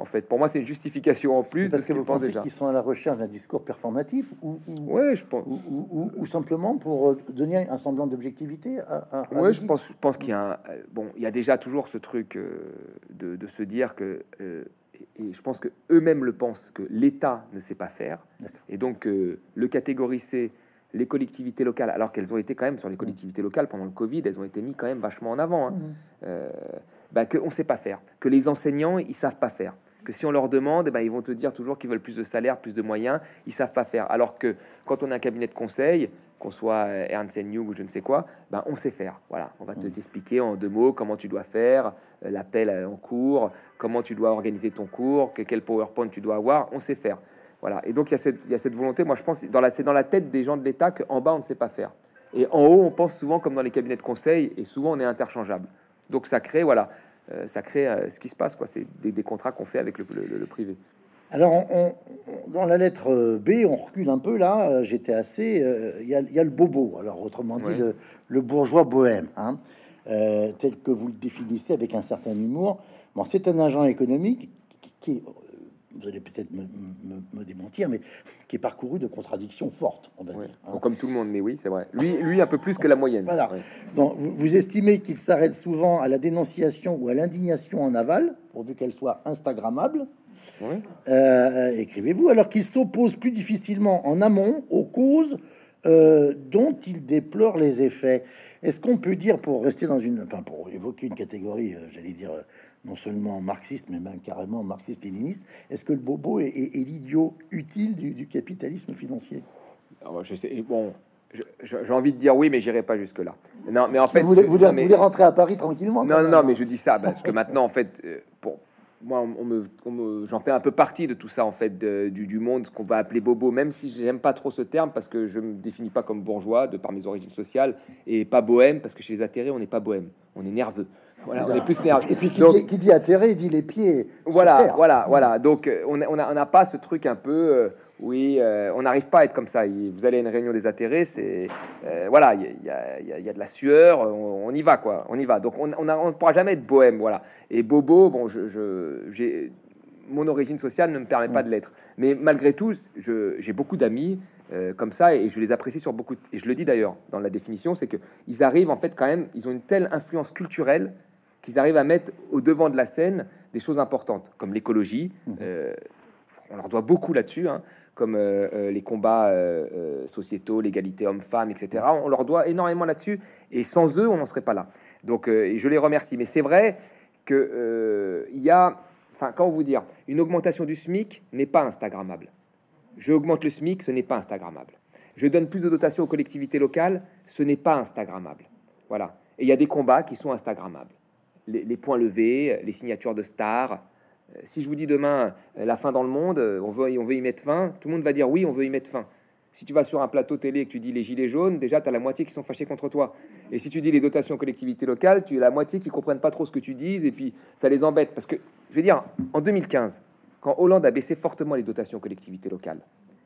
En fait, pour moi, c'est une justification en plus. Parce de ce que vous qu'ils pensent pensez déjà. qu'ils sont à la recherche d'un discours performatif ou, ou, Ouais, je pense. ou, ou- ou- ou simplement pour euh, donner un semblant d'objectivité à, à- à Ouais, je l'équipe. pense, je pense qu'il y a un, euh, bon, il y a déjà toujours ce truc euh, de, de se dire que, euh, et, et je pense que eux-mêmes le pensent, que l'État ne sait pas faire, D'accord. et donc euh, le catégoriser les collectivités locales, alors qu'elles ont été quand même sur les collectivités locales pendant le Covid, elles ont été mis quand même vachement en avant, hein, Mhm. euh, bah, que on sait pas faire, que les enseignants ils savent pas faire, que si on leur demande, eh ben, ils vont te dire toujours qu'ils veulent plus de salaire, plus de moyens, ils savent pas faire, alors que quand on a un cabinet de conseil, qu'on soit euh, Ernst and Young ou je ne sais quoi, ben on sait faire. Voilà, on va te t'expliquer en deux mots comment tu dois faire euh, l'appel euh, en cours, comment tu dois organiser ton cours, que, quel PowerPoint tu dois avoir, on sait faire. Voilà, et donc il y a cette, il y a cette volonté, moi je pense, dans la, c'est dans la tête des gens de l'État qu'en bas on ne sait pas faire. Et en haut, on pense souvent comme dans les cabinets de conseil, et souvent on est interchangeable. Donc ça crée, voilà, euh, ça crée euh, ce qui se passe, quoi. C'est des, des contrats qu'on fait avec le, le- le privé. Alors, on- on- dans la lettre B, on recule un peu là. euh, J'étais assez. euh, Il y, a, il y a le bobo. Alors, autrement dit, Oui. le, le bourgeois bohème, hein, euh, tel que vous le définissez avec un certain humour. Bon, c'est un agent économique qui, qui est, euh, vous allez peut-être me, me- me démentir, mais qui est parcouru de contradictions fortes, on va Ouais. dire. hein. Bon, comme tout le monde, mais oui, c'est vrai. Lui, lui un peu plus que la moyenne. Voilà. Ouais. Donc, vous, vous estimez qu'il s'arrête souvent à la dénonciation ou à l'indignation en aval, pourvu qu'elle soit instagrammable. Ouais. Euh, écrivez-vous, alors qu'il s'oppose plus difficilement en amont aux causes euh, dont il déplore les effets. Est-ce qu'on peut dire, pour rester dans une, enfin pour évoquer une catégorie, euh, j'allais dire euh, non seulement marxiste, mais même carrément marxiste-léniniste, est-ce que le bobo est, est- est l'idiot utile du, du capitalisme financier? Alors, je sais, bon, je- je- j'ai envie de dire oui, mais j'irai pas jusque là. Non, mais en fait, Vous voulez, je- vous voulez- non, mais- vous voulez rentrer à Paris tranquillement? quand non, non, même, non, hein. mais je dis ça parce que maintenant, en fait, euh, pour moi, on on me, on me- j'en fais un peu partie de tout ça, en fait, de- du, du monde qu'on va appeler bobo, même si j'aime pas trop ce terme parce que je me définis pas comme bourgeois de par mes origines sociales et pas bohème parce que chez les atterrés, on n'est pas bohème, on est nerveux. Voilà, on est plus nerveux. Et puis qui, Donc, dit, qui dit atterré dit les pieds sur voilà, terre. voilà, voilà. Donc, euh, on n'a on a, on n'a pas ce truc un peu, euh, oui, euh, on n'arrive pas à être comme ça. Il- Vous allez à une réunion des atterrés, c'est, euh, voilà, il y a, il y a- il y a de la sueur, on, on y va, quoi, on y va. Donc, on on a- on ne pourra jamais être bohème, voilà. Et bobo, bon, je, je- j'ai, mon origine sociale ne me permet pas de l'être. Mais malgré tout, je- j'ai beaucoup d'amis euh, comme ça et je les apprécie sur beaucoup. de- Et je le dis d'ailleurs dans la définition, c'est que ils arrivent en fait quand même, ils ont une telle influence culturelle qu'ils arrivent à mettre au devant de la scène des choses importantes, comme l'écologie. Euh, on leur doit beaucoup là-dessus, hein, comme euh, euh, les combats euh, euh, sociétaux, l'égalité homme-femme, et cetera. On leur doit énormément là-dessus, et sans eux, on n'en serait pas là. Donc, euh, et je les remercie. Mais c'est vrai que euh, il y a, enfin, comment vous dire, une augmentation du SMIC n'est pas instagrammable. Je augmente le SMIC, ce n'est pas instagrammable. Je donne plus de dotations aux collectivités locales, ce n'est pas instagrammable. Voilà. Et il y a des combats qui sont instagrammables. Les, les points levés, les signatures de stars. Euh, Si je vous dis demain euh, la fin dans le monde, euh, on veut, on veut y mettre fin, tout le monde va dire oui, on veut y mettre fin. Si tu vas sur un plateau télé et que tu dis les gilets jaunes, déjà tu as la moitié qui sont fâchés contre toi. Et si tu dis les dotations aux collectivités locales, tu as la moitié qui comprennent pas trop ce que tu dis et puis ça les embête. Parce que, je veux dire, en deux mille quinze, quand Hollande a baissé fortement les dotations aux collectivités locales,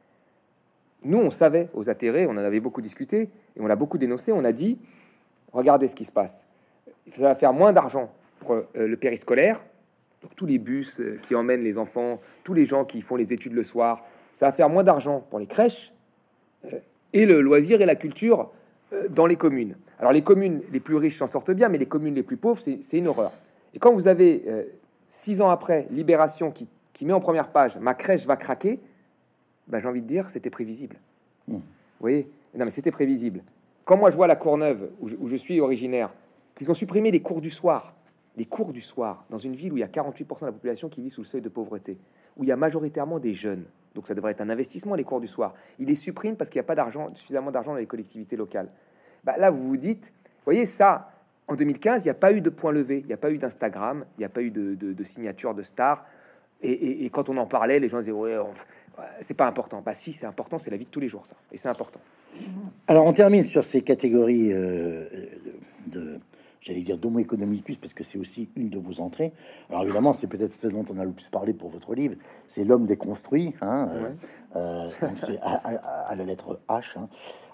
nous on savait aux atterrés, on en avait beaucoup discuté et on l'a beaucoup dénoncé. On a dit regardez ce qui se passe. Ça va faire moins d'argent pour euh, le périscolaire, donc tous les bus euh, qui emmènent les enfants, tous les gens qui font les études le soir. Ça va faire moins d'argent pour les crèches euh, et le loisir et la culture euh, dans les communes. Alors les communes les plus riches s'en sortent bien, mais les communes les plus pauvres, c'est c'est une horreur. Et quand vous avez euh, six ans après Libération qui, qui met en première page ma crèche va craquer, ben, j'ai envie de dire c'était prévisible. Mmh. Vous voyez, non mais c'était prévisible. Quand moi je vois la Courneuve où je, où je suis originaire, qu'ils ont supprimé les cours du soir, les cours du soir, dans une ville où il y a quarante-huit pour cent de la population qui vit sous le seuil de pauvreté, où il y a majoritairement des jeunes, donc ça devrait être un investissement, les cours du soir. Ils les suppriment parce qu'il n'y a pas d'argent, suffisamment d'argent dans les collectivités locales. Bah, là, vous vous dites, vous voyez, ça, en deux mille quinze, il n'y a pas eu de point levé, il n'y a pas eu d'Instagram, il n'y a pas eu de, de, de signature de stars. Et, et, et quand on en parlait, les gens disaient, ouais, on- ouais, c'est pas important. Bah si, c'est important, c'est la vie de tous les jours, ça. Et c'est important. Alors, on termine sur ces catégories euh, de, de- j'allais dire d'homo economicus, parce que c'est aussi une de vos entrées. Alors, évidemment, c'est peut-être ce dont on a le plus parlé pour votre livre, c'est l'homme déconstruit, hein, euh, Ouais. euh, donc c'est à, à- à la lettre H. hein.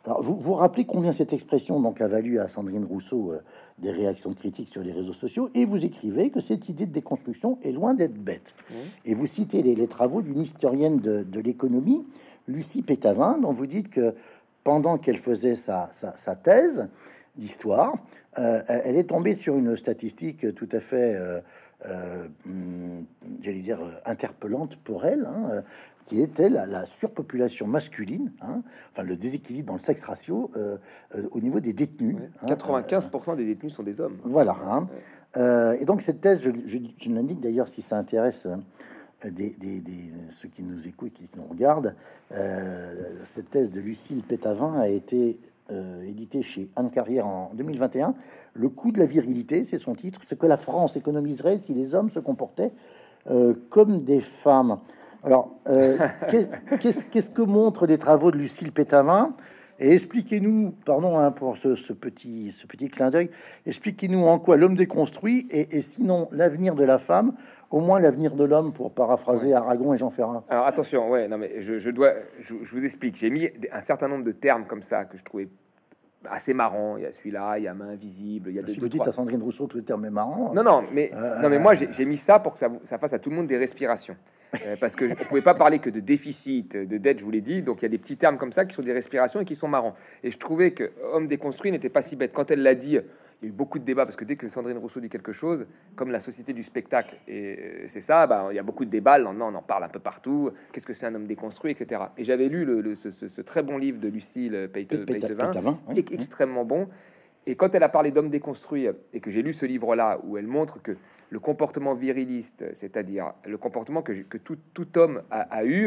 Alors, vous vous rappelez combien cette expression donc a valu à Sandrine Rousseau euh, des réactions critiques sur les réseaux sociaux, et vous écrivez que cette idée de déconstruction est loin d'être bête. Mmh. Et vous citez les, les travaux d'une historienne de, de l'économie, Lucie Pétavin, dont vous dites que pendant qu'elle faisait sa, sa, sa thèse d'histoire, euh, elle est tombée sur une statistique tout à fait, euh, euh, j'allais dire, interpellante pour elle, hein, qui était la, la surpopulation masculine, hein, enfin le déséquilibre dans le sexe ratio euh, euh, au niveau des détenus. Ouais. Hein, quatre-vingt-quinze pour cent euh, des détenus sont des hommes. Voilà. Hein. Ouais. Euh, et donc cette thèse, je, je, je l'indique d'ailleurs si ça intéresse euh, des, des, des, ceux qui nous écoutent, qui nous regardent, euh, cette thèse de Lucille Pétavin a été euh, éditée chez Anne Carrière en deux mille vingt et un. Le coût de la virilité, c'est son titre, ce que la France économiserait si les hommes se comportaient euh, comme des femmes. Alors, euh, qu'est-ce, qu'est-ce que montrent les travaux de Lucille Pétavin? Et expliquez-nous, pardon hein, pour ce, ce, petit, ce petit clin d'œil, expliquez-nous en quoi l'homme déconstruit et, et sinon l'avenir de la femme, au moins l'avenir de l'homme, pour paraphraser ouais. Aragon et Jean Ferrat. Alors attention, ouais, non mais je, je dois, je, je vous explique. J'ai mis un certain nombre de termes comme ça que je trouvais assez marrant. Il y a celui-là, il y a main invisible, il y a si deux, vous deux, dites trois... à Sandrine Rousseau que le terme est marrant. Non, non, mais euh, non, mais moi j'ai, j'ai mis ça pour que ça, ça fasse à tout le monde des respirations. Euh, parce que on pouvait pas parler que de déficit, de dette, je vous l'ai dit. Donc il y a des petits termes comme ça qui sont des respirations et qui sont marrants. Et je trouvais que homme déconstruit n'était pas si bête. Quand elle l'a dit, il y a eu beaucoup de débats parce que dès que Sandrine Rousseau dit quelque chose, comme la société du spectacle, et c'est ça, bah, il y a beaucoup de débats. Le lendemain, on en parle un peu partout. Qu'est-ce que c'est un homme déconstruit, et cetera. Et j'avais lu le, le, ce, ce, ce très bon livre de Lucille Pétavin, oui. extrêmement bon. Et quand elle a parlé d'homme déconstruit et que j'ai lu ce livre-là où elle montre que le comportement viriliste, c'est-à-dire le comportement que, que tout, tout homme a, a eu,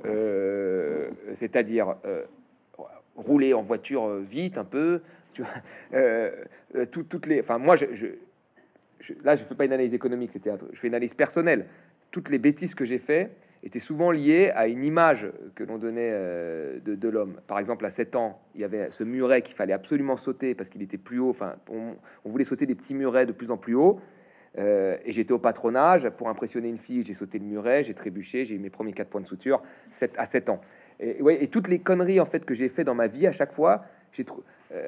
euh, c'est-à-dire euh, rouler en voiture vite un peu, tu vois, euh, tout, toutes les, enfin moi, je, je, je, là je fais pas une analyse économique, c'était, je fais une analyse personnelle. Toutes les bêtises que j'ai fait étaient souvent liées à une image que l'on donnait euh, de, de l'homme. Par exemple, à sept ans, il y avait ce muret qu'il fallait absolument sauter parce qu'il était plus haut. Enfin, on, on voulait sauter des petits murets de plus en plus haut. Euh, et j'étais au patronage pour impressionner une fille. J'ai sauté le muret, j'ai trébuché, j'ai eu mes premiers quatre points de suture sept, à sept ans. Et, ouais, et toutes les conneries en fait que j'ai fait dans ma vie à chaque fois, j'ai trouvé. Euh,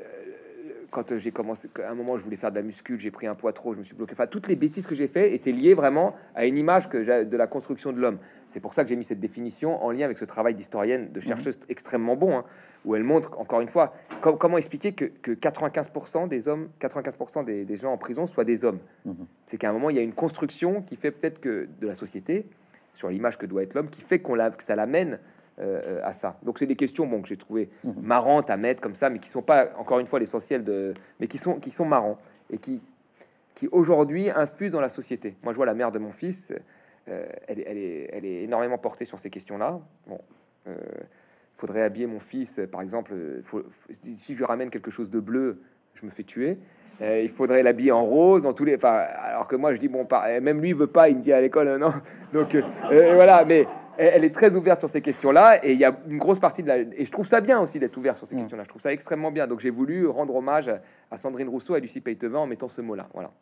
quand j'ai commencé, à un moment, je voulais faire de la muscu, j'ai pris un poids trop, je me suis bloqué. Enfin, toutes les bêtises que j'ai fait étaient liées vraiment à une image que j'ai de la construction de l'homme. C'est pour ça que j'ai mis cette définition en lien avec ce travail d'historienne, de chercheuse mmh. extrêmement bon, hein, où elle montre, encore une fois, com- comment expliquer que, que quatre-vingt-quinze pour cent des hommes, quatre-vingt-quinze pour cent des, des gens en prison soient des hommes. Mmh. C'est qu'à un moment, il y a une construction qui fait peut-être que de la société, sur l'image que doit être l'homme, qui fait qu'on l'a, que ça l'amène Euh, à ça. Donc c'est des questions bon que j'ai trouvé mmh. marrantes à mettre comme ça, mais qui sont pas encore une fois l'essentiel de, mais qui sont qui sont marrants et qui qui aujourd'hui infusent dans la société. Moi je vois la mère de mon fils, euh, elle, est, elle est elle est énormément portée sur ces questions-là. Bon, euh, faudrait habiller mon fils, par exemple. Faut, si je lui ramène quelque chose de bleu, je me fais tuer. Euh, il faudrait l'habiller en rose dans tous les. Enfin, alors que moi je dis bon, pas, même lui il veut pas. Il me dit à l'école euh, non. Donc euh, euh, voilà, mais elle est très ouverte sur ces questions-là, et il y a une grosse partie de la... Et je trouve ça bien aussi d'être ouvert sur ces mmh. questions-là. Je trouve ça extrêmement bien. Donc j'ai voulu rendre hommage à Sandrine Rousseau et à Lucie Pétavin en mettant ce mot-là. Voilà.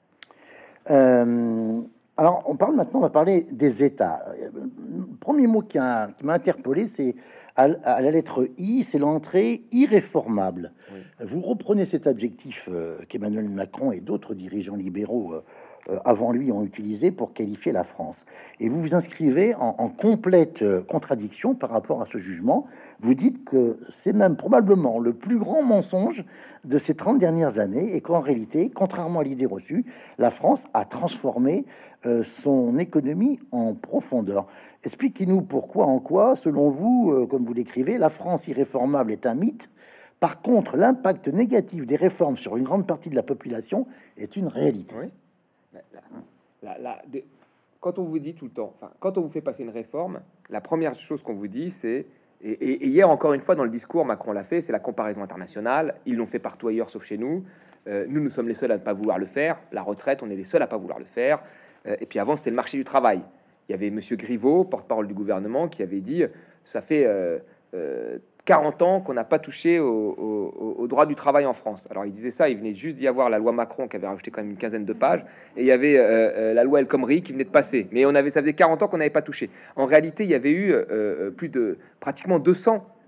Euh, alors on parle maintenant, on va parler des États. Le premier mot qui, a, qui m'a interpellé, c'est à, à la lettre I, c'est l'entrée irréformable. Oui. Vous reprenez cet adjectif euh, qu'Emmanuel Macron et d'autres dirigeants libéraux euh, euh, avant lui ont utilisé pour qualifier la France. Et vous vous inscrivez en, en complète euh, contradiction par rapport à ce jugement. Vous dites que c'est même probablement le plus grand mensonge de ces trente dernières années et qu'en réalité, contrairement à l'idée reçue, la France a transformé euh, son économie en profondeur. Expliquez-nous pourquoi, en quoi, selon vous, euh, comme vous l'écrivez, la France irréformable est un mythe. Par contre, l'impact négatif des réformes sur une grande partie de la population est une réalité. Oui. La, la, la, de, quand on vous dit tout le temps, enfin, quand on vous fait passer une réforme, la première chose qu'on vous dit, c'est, et, et, et hier encore une fois dans le discours, Macron l'a fait, c'est la comparaison internationale. Ils l'ont fait partout ailleurs sauf chez nous. Euh, nous, nous sommes les seuls à ne pas vouloir le faire. La retraite, on est les seuls à pas vouloir le faire. Euh, et puis avant, c'était le marché du travail. Il y avait Monsieur Griveaux, porte-parole du gouvernement, qui avait dit, ça fait euh, euh, quarante ans qu'on n'a pas touché au, au, au droit du travail en France. Alors il disait ça, il venait juste d'y avoir la loi Macron qui avait rajouté quand même une quinzaine de pages, et il y avait euh, euh, la loi El Khomri qui venait de passer. Mais on avait, ça faisait quarante ans qu'on n'avait pas touché. En réalité, il y avait eu euh, plus de pratiquement deux cents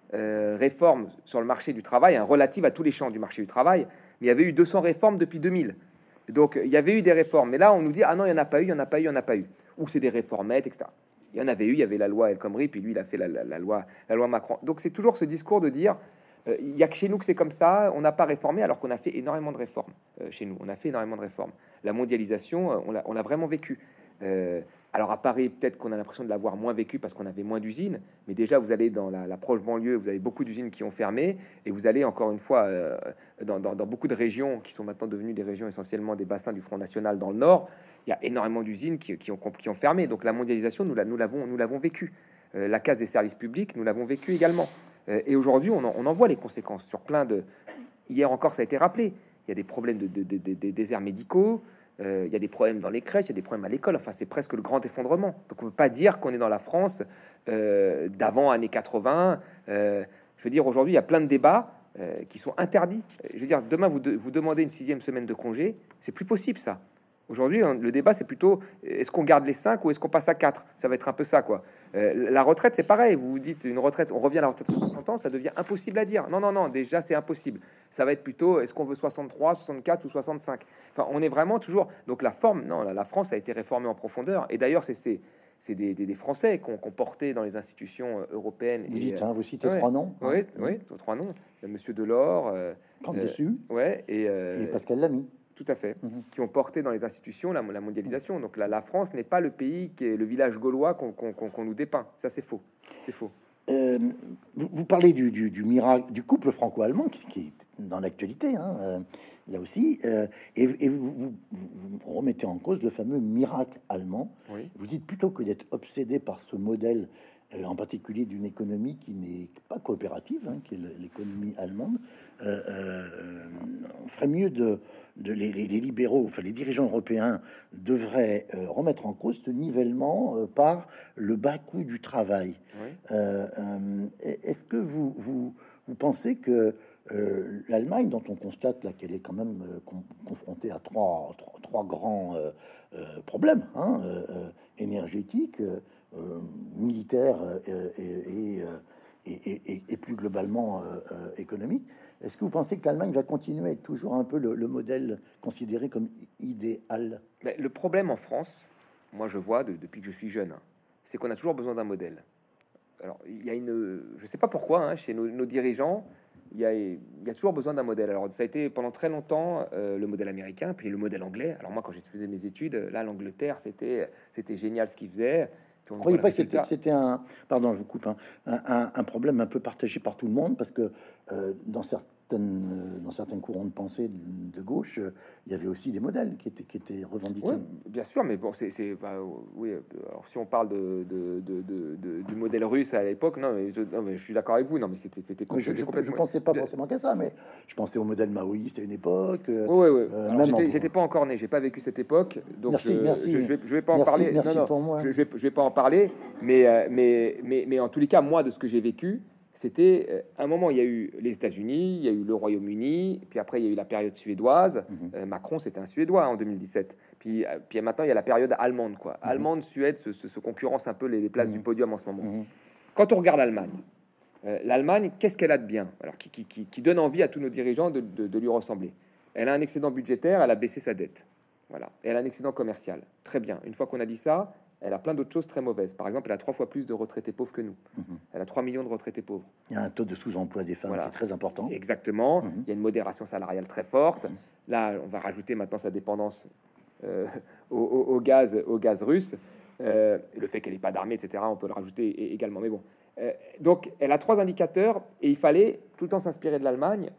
euh, réformes sur le marché du travail, hein, relatives à tous les champs du marché du travail, mais il y avait eu deux cents réformes depuis deux mille. Donc il y avait eu des réformes, mais là on nous dit ah non, il y en a pas eu, il y en a pas eu, il y en a pas eu, ou c'est des réformettes, et cetera. Il y en avait eu, il y avait la loi El Khomri, puis lui il a fait la, la, la loi, la loi Macron. Donc c'est toujours ce discours de dire euh, il y a que chez nous que c'est comme ça, on n'a pas réformé, alors qu'on a fait énormément de réformes euh, chez nous. On a fait énormément de réformes. La mondialisation, euh, on l'a, on l'a vraiment vécu. Euh, alors à Paris, peut-être qu'on a l'impression de l'avoir moins vécu parce qu'on avait moins d'usines, mais déjà vous allez dans la, la proche banlieue, vous avez beaucoup d'usines qui ont fermé, et vous allez encore une fois euh, dans, dans, dans beaucoup de régions qui sont maintenant devenues des régions essentiellement des bassins du Front National dans le Nord, il y a énormément d'usines qui, qui, ont, qui ont fermé. Donc la mondialisation, nous, la, nous l'avons nous l'avons vécu. Euh, la casse des services publics, nous l'avons vécu également. Euh, et aujourd'hui, on, on en voit les conséquences sur plein de... Hier encore, ça a été rappelé. Il y a des problèmes de, de, de, de, de déserts médicaux. Euh, il y a des problèmes dans les crèches, il y a des problèmes à l'école. Enfin, c'est presque le grand effondrement. Donc, on ne peut pas dire qu'on est dans la France euh, d'avant années quatre-vingts. Euh, je veux dire, aujourd'hui, il y a plein de débats euh, qui sont interdits. Je veux dire, demain, vous, de, vous demandez une sixième semaine de congé, c'est plus possible, ça. Aujourd'hui, le débat, c'est plutôt est-ce qu'on garde les cinq ou est-ce qu'on passe à quatre? Ça va être un peu ça, quoi. Euh, la retraite, c'est pareil. Vous vous dites une retraite, on revient à la retraite à soixante ans, ça devient impossible à dire. Non, non, non, déjà, c'est impossible. Ça va être plutôt est-ce qu'on veut soixante-trois, soixante-quatre ou soixante-cinq? Enfin, on est vraiment toujours. Donc, la forme, non, la, la France a été réformée en profondeur. Et d'ailleurs, c'est c'est c'est des, des, des Français qu'on qu'on portait dans les institutions européennes. Vous et, dites, hein, vous citez ouais, trois noms. Oui, Hein, oui, trois noms. Monsieur Delors, euh, Comme euh, dessus. ouais, et, euh, Et Pascal Lamy. tout à fait, Mhm. qui ont porté dans les institutions la, la mondialisation. Donc la, la France n'est pas le pays qui est le village gaulois qu'on qu'on- qu'on- qu'on nous dépeint. Ça, c'est faux. C'est faux. Euh, vous, vous parlez du, du, du miracle du couple franco-allemand qui, qui est dans l'actualité, hein, euh, là aussi, euh, et, et vous, vous, vous remettez en cause le fameux miracle allemand. Oui. Vous dites plutôt que d'être obsédé par ce modèle, euh, en particulier d'une économie qui n'est pas coopérative, hein, qui est le- l'économie allemande, euh, euh, on ferait mieux de, de les, les- les libéraux, enfin les dirigeants européens devraient euh, remettre en cause ce nivellement euh, par le bas coût du travail. Oui. Euh, euh, Est-ce que vous, vous, vous pensez que euh, l'Allemagne, dont on constate là qu'elle est quand même euh, con- confrontée à trois, trois, trois grands euh, euh, problèmes, hein, euh, euh, énergétiques, euh, euh, militaires euh, et, et, euh, et, et- et- et plus globalement euh, euh, économiques, est-ce que vous pensez que l'Allemagne va continuer à être toujours un peu le, le modèle considéré comme idéal? Mais le problème en France, moi je vois de- depuis que je suis jeune, hein, c'est qu'on a toujours besoin d'un modèle. Alors il y a une, je sais pas pourquoi, hein, chez nos, nos dirigeants, il y, a, il y a toujours besoin d'un modèle. Alors ça a été pendant très longtemps euh, le modèle américain, puis le modèle anglais. Alors moi quand j'ai faisais mes études, là l'Angleterre c'était c'était génial ce qu'ils faisaient. Puis on Vous croyez voit le pas que c'était résultat. c'était un, pardon, je vous coupe, hein, un, un- un problème un peu partagé par tout le monde parce que euh, dans certaines, euh, dans certains courants de pensée de, de gauche, euh, il y avait aussi des modèles qui étaient, qui étaient revendiqués. Oui, bien sûr, mais bon, c'est, c'est bah, oui. Alors, si on parle de, de, de, de- de- du modèle russe à l'époque, non, mais je, non, mais je suis d'accord avec vous. Non, mais c'était, c'était Mais je, c'était je, complètement. je pensais pas de- forcément qu'à ça, mais je pensais au modèle maoïste à une époque. euh, Oui, oui, oui. euh, Alors, même j'étais, en- j'étais pas encore né, j'ai pas vécu cette époque, donc Merci, je, merci. je, je vais, je vais pas en Merci, parler. merci non, non, pour moi. Je, je vais, je vais pas en parler, mais, euh, mais, mais, mais en tous les cas, moi, de ce que j'ai vécu, c'était euh, un moment, il y a eu les États-Unis, il y a eu le Royaume-Uni, puis après il y a eu la période suédoise. Mhm. Euh, Macron, c'était un Suédois en deux mille dix-sept. Puis, euh, puis maintenant, il y a la période allemande, quoi. Allemande, Suède, se, se, se concurrence un peu les, les places Mhm. du podium en ce moment. Mhm. Quand on regarde l'Allemagne, euh, l'Allemagne, qu'est-ce qu'elle a de bien? Alors, qui, qui, qui, qui donne envie à tous nos dirigeants de, de, de lui ressembler. Elle a un excédent budgétaire, elle a baissé sa dette. Voilà. Et elle a un excédent commercial. Très bien. Une fois qu'on a dit ça, elle a plein d'autres choses très mauvaises. Par exemple, elle a trois fois plus de retraités pauvres que nous. Mhm. Elle a trois millions de retraités pauvres. Il y a un taux de sous-emploi des femmes Voilà. qui est très important. Exactement. Mhm. Il y a une modération salariale très forte. Là, on va rajouter maintenant sa dépendance euh, au, au- au gaz, au gaz russe. Euh, le fait qu'elle n'ait pas d'armée, et cetera, on peut le rajouter é- également. Mais bon. Euh, donc, elle a trois indicateurs et il fallait tout le temps s'inspirer de l'Allemagne.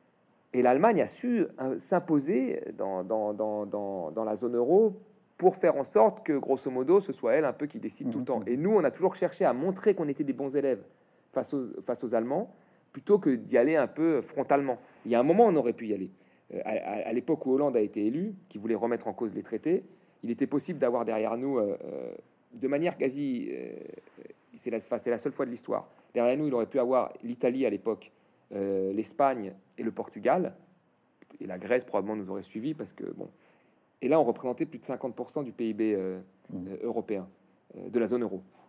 Et l'Allemagne a su euh, s'imposer dans, dans, dans, dans, dans la zone euro pour faire en sorte que, grosso modo, ce soit elle un peu qui décide tout le temps. Et nous, on a toujours cherché à montrer qu'on était des bons élèves face aux, face aux Allemands, plutôt que d'y aller un peu frontalement. Il y a un moment, on aurait pu y aller. Euh, à à- à l'époque où Hollande a été élu, qui voulait remettre en cause les traités, il était possible d'avoir derrière nous, euh, euh, de manière quasi... euh, c'est la, enfin, c'est la seule fois de l'histoire. Derrière nous, il aurait pu avoir l'Italie à l'époque, euh, l'Espagne et le Portugal. Et la Grèce probablement nous aurait suivi parce que, bon... Et là, on représentait plus de cinquante pour cent du P I B euh, Mmh. euh, européen, euh, de la zone euro.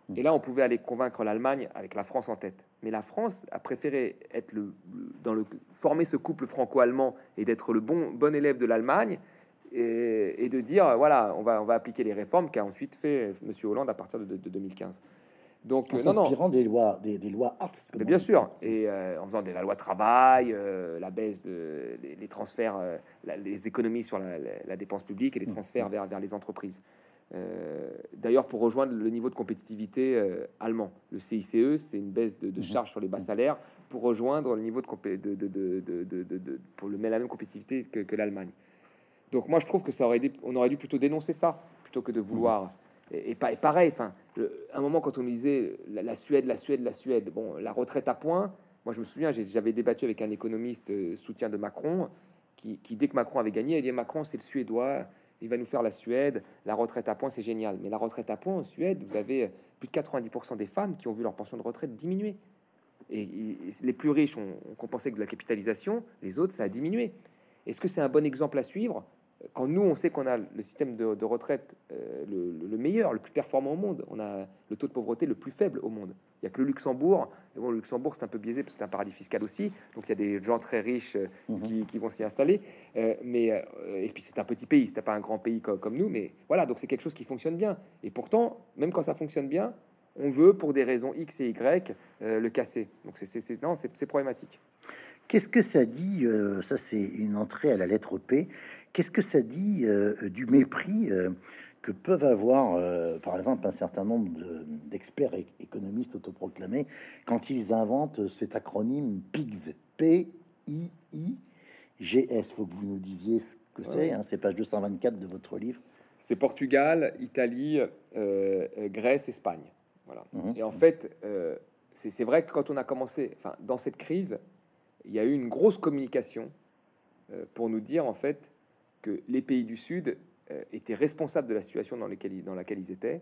Et là, on pouvait aller convaincre l'Allemagne avec la France en tête. Mais la France a préféré être le, dans le former ce couple franco-allemand et d'être le bon bon élève de l'Allemagne et, et de dire voilà, on va on va appliquer les réformes qu'a ensuite fait Monsieur Hollande à partir de, de, de deux mille quinze. Donc, en euh, non, s'inspirant des lois, des, des lois Hartz. Mais bien sûr, et euh, en faisant de la loi travail, euh, la baisse, de, les, les transferts, euh, la, les économies sur la, la, la dépense publique et les transferts vers, vers les entreprises. Euh, D'ailleurs, pour rejoindre le niveau de compétitivité euh, allemand, le C I C E, c'est une baisse de, de charges sur les bas salaires pour rejoindre le niveau de, compé de, de, de, de, de, de, de pour le, la même compétitivité que, que l'Allemagne. Donc moi, je trouve que ça aurait dû, on aurait dû plutôt dénoncer ça plutôt que de vouloir. Et, et, et pareil, enfin, un moment quand on me disait la, la Suède, la Suède, la Suède, bon, la retraite à points. Moi, je me souviens, j'avais débattu avec un économiste euh, soutien de Macron, qui, qui dès que Macron avait gagné, il dit Macron, c'est le Suédois, il va nous faire la Suède, la retraite à points, c'est génial. Mais la retraite à points en Suède, vous avez plus de quatre-vingt-dix pour cent des femmes qui ont vu leur pension de retraite diminuer. Et, et les plus riches ont, ont compensé avec de la capitalisation, les autres, ça a diminué. Est-ce que c'est un bon exemple à suivre? Quand nous, on sait qu'on a le système de, de retraite euh, le, le meilleur, le plus performant au monde, on a le taux de pauvreté le plus faible au monde. Il y a que le Luxembourg. Et bon, le Luxembourg, c'est un peu biaisé parce que c'est un paradis fiscal aussi. Donc, il y a des gens très riches euh, mmh. qui, qui vont s'y installer. Euh, mais euh, et puis, c'est un petit pays. C'était pas un grand pays comme, comme nous. Mais voilà, donc c'est quelque chose qui fonctionne bien. Et pourtant, même quand ça fonctionne bien, on veut, pour des raisons X et Y, euh, le casser. Donc, c'est, c'est, c'est, non, c'est, c'est problématique. Qu'est-ce que ça dit euh, ça, c'est une entrée à la lettre P. Qu'est-ce que ça dit euh, du mépris euh, que peuvent avoir, euh, par exemple, un certain nombre de, d'experts et économistes autoproclamés quand ils inventent cet acronyme PIGS, P I I G S? Faut que vous nous disiez ce que ouais. c'est. Hein, c'est page deux cent vingt-quatre de votre livre. C'est Portugal, Italie, euh, Grèce, Espagne. Voilà. Mmh. Et en fait, euh, c'est, c'est vrai que quand on a commencé, enfin, dans cette crise, il y a eu une grosse communication euh, pour nous dire en fait que les pays du Sud euh, étaient responsables de la situation dans, lesquelles, dans laquelle ils étaient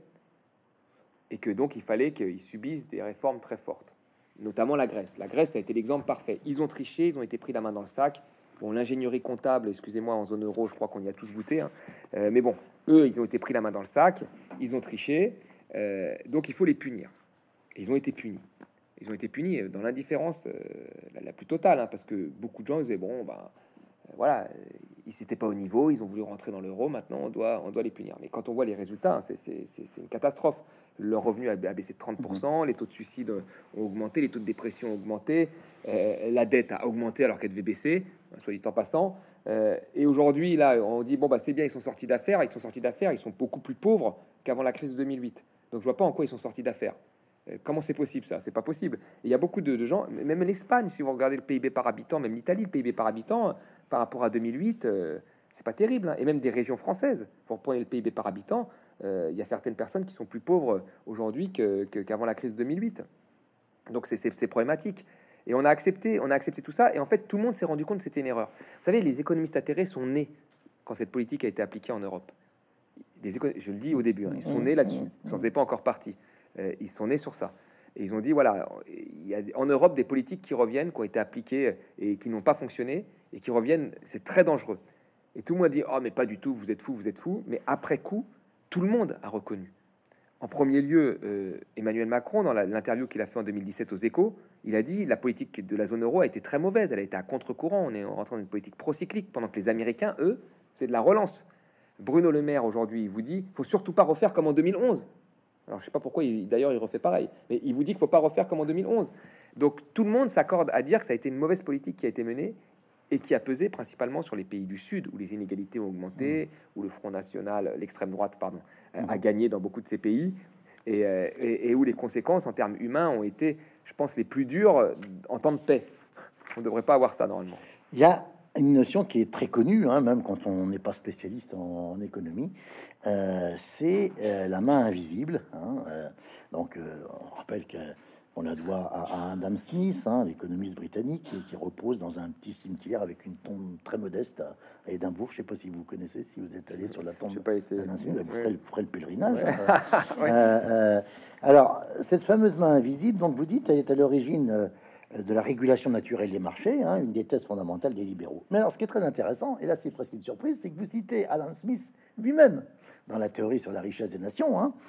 et que donc il fallait qu'ils subissent des réformes très fortes, notamment la Grèce. La Grèce a été l'exemple parfait. Ils ont triché, ils ont été pris la main dans le sac. Bon, l'ingénierie comptable, excusez-moi, en zone euro, je crois qu'on y a tous goûté, hein. euh, mais bon, eux, ils ont été pris la main dans le sac, ils ont triché, euh, donc il faut les punir. Et ils ont été punis. Ils ont été punis dans l'indifférence euh, la, la plus totale, hein, parce que beaucoup de gens disaient bon, ben euh, voilà, ils n'étaient pas au niveau, ils ont voulu rentrer dans l'euro, maintenant on doit, on doit les punir. Mais quand on voit les résultats, hein, c'est, c'est, c'est, c'est une catastrophe. Leur revenu a, a baissé de trente pour cent, mmh. les taux de suicide ont augmenté, les taux de dépression ont augmenté, euh, la dette a augmenté alors qu'elle devait baisser, soit dit en passant. Euh, et aujourd'hui, là, on dit bon, bah c'est bien, ils sont sortis d'affaires, ils sont sortis d'affaires, ils sont beaucoup plus pauvres qu'avant la crise de deux mille huit. Donc je vois pas en quoi ils sont sortis d'affaires. Comment c'est possible ça? C'est pas possible. Il y a beaucoup de, de gens, même l'Espagne, si vous regardez le P I B par habitant, même l'Italie, le P I B par habitant, par rapport à deux mille huit, euh, c'est pas terrible. Hein. Et même des régions françaises, pour prendre le P I B par habitant, euh, il y a certaines personnes qui sont plus pauvres aujourd'hui que, que, qu'avant la crise de deux mille huit. Donc c'est, c'est, c'est problématique. Et on a accepté, on a accepté tout ça. Et en fait, tout le monde s'est rendu compte que c'était une erreur. Vous savez, les économistes atterrés sont nés quand cette politique a été appliquée en Europe. Des éco- je le dis au début, hein, ils sont nés là-dessus. J'en faisais pas encore partie. Euh, ils sont nés sur ça. Et ils ont dit, voilà, il y a en Europe des politiques qui reviennent, qui ont été appliquées et qui n'ont pas fonctionné, et qui reviennent, c'est très dangereux. Et tout le monde a dit, oh, mais pas du tout, vous êtes fous, vous êtes fous. Mais après coup, tout le monde a reconnu. En premier lieu, euh, Emmanuel Macron, dans la, l'interview qu'il a fait en deux mille dix-sept aux Échos, il a dit, la politique de la zone euro a été très mauvaise, elle a été à contre-courant, on est rentré dans une politique procyclique, pendant que les Américains, eux, c'est de la relance. Bruno Le Maire, aujourd'hui, il vous dit, faut surtout pas refaire comme en deux mille onze. Alors, je sais pas pourquoi, il, d'ailleurs, il refait pareil. Mais il vous dit qu'il faut pas refaire comme en deux mille onze. Donc, tout le monde s'accorde à dire que ça a été une mauvaise politique qui a été menée et qui a pesé principalement sur les pays du Sud, où les inégalités ont augmenté, mmh. où le Front National, l'extrême droite, pardon, mmh. a gagné dans beaucoup de ces pays, et, et, et où les conséquences en termes humains ont été, je pense, les plus dures en temps de paix. On ne devrait pas avoir ça, normalement. Il y a une notion qui est très connue, hein, même quand on n'est pas spécialiste en, en économie, euh, c'est euh, la main invisible. Hein, euh, donc, euh, on rappelle qu'on la doit à, à Adam Smith, hein, l'économiste britannique, qui, qui repose dans un petit cimetière avec une tombe très modeste à, à Édimbourg. Je ne sais pas si vous connaissez, si vous êtes allé sur la tombe d'Adam Smith, vous, ferez, vous ferez le pèlerinage. Ouais. Hein, ouais. euh, euh, alors, cette fameuse main invisible, donc vous dites, elle est à l'origine euh, de la régulation naturelle des marchés, hein, une des thèses fondamentales des libéraux. Mais alors, ce qui est très intéressant, et là c'est presque une surprise, c'est que vous citez Adam Smith lui-même dans la théorie sur la richesse des nations, hein,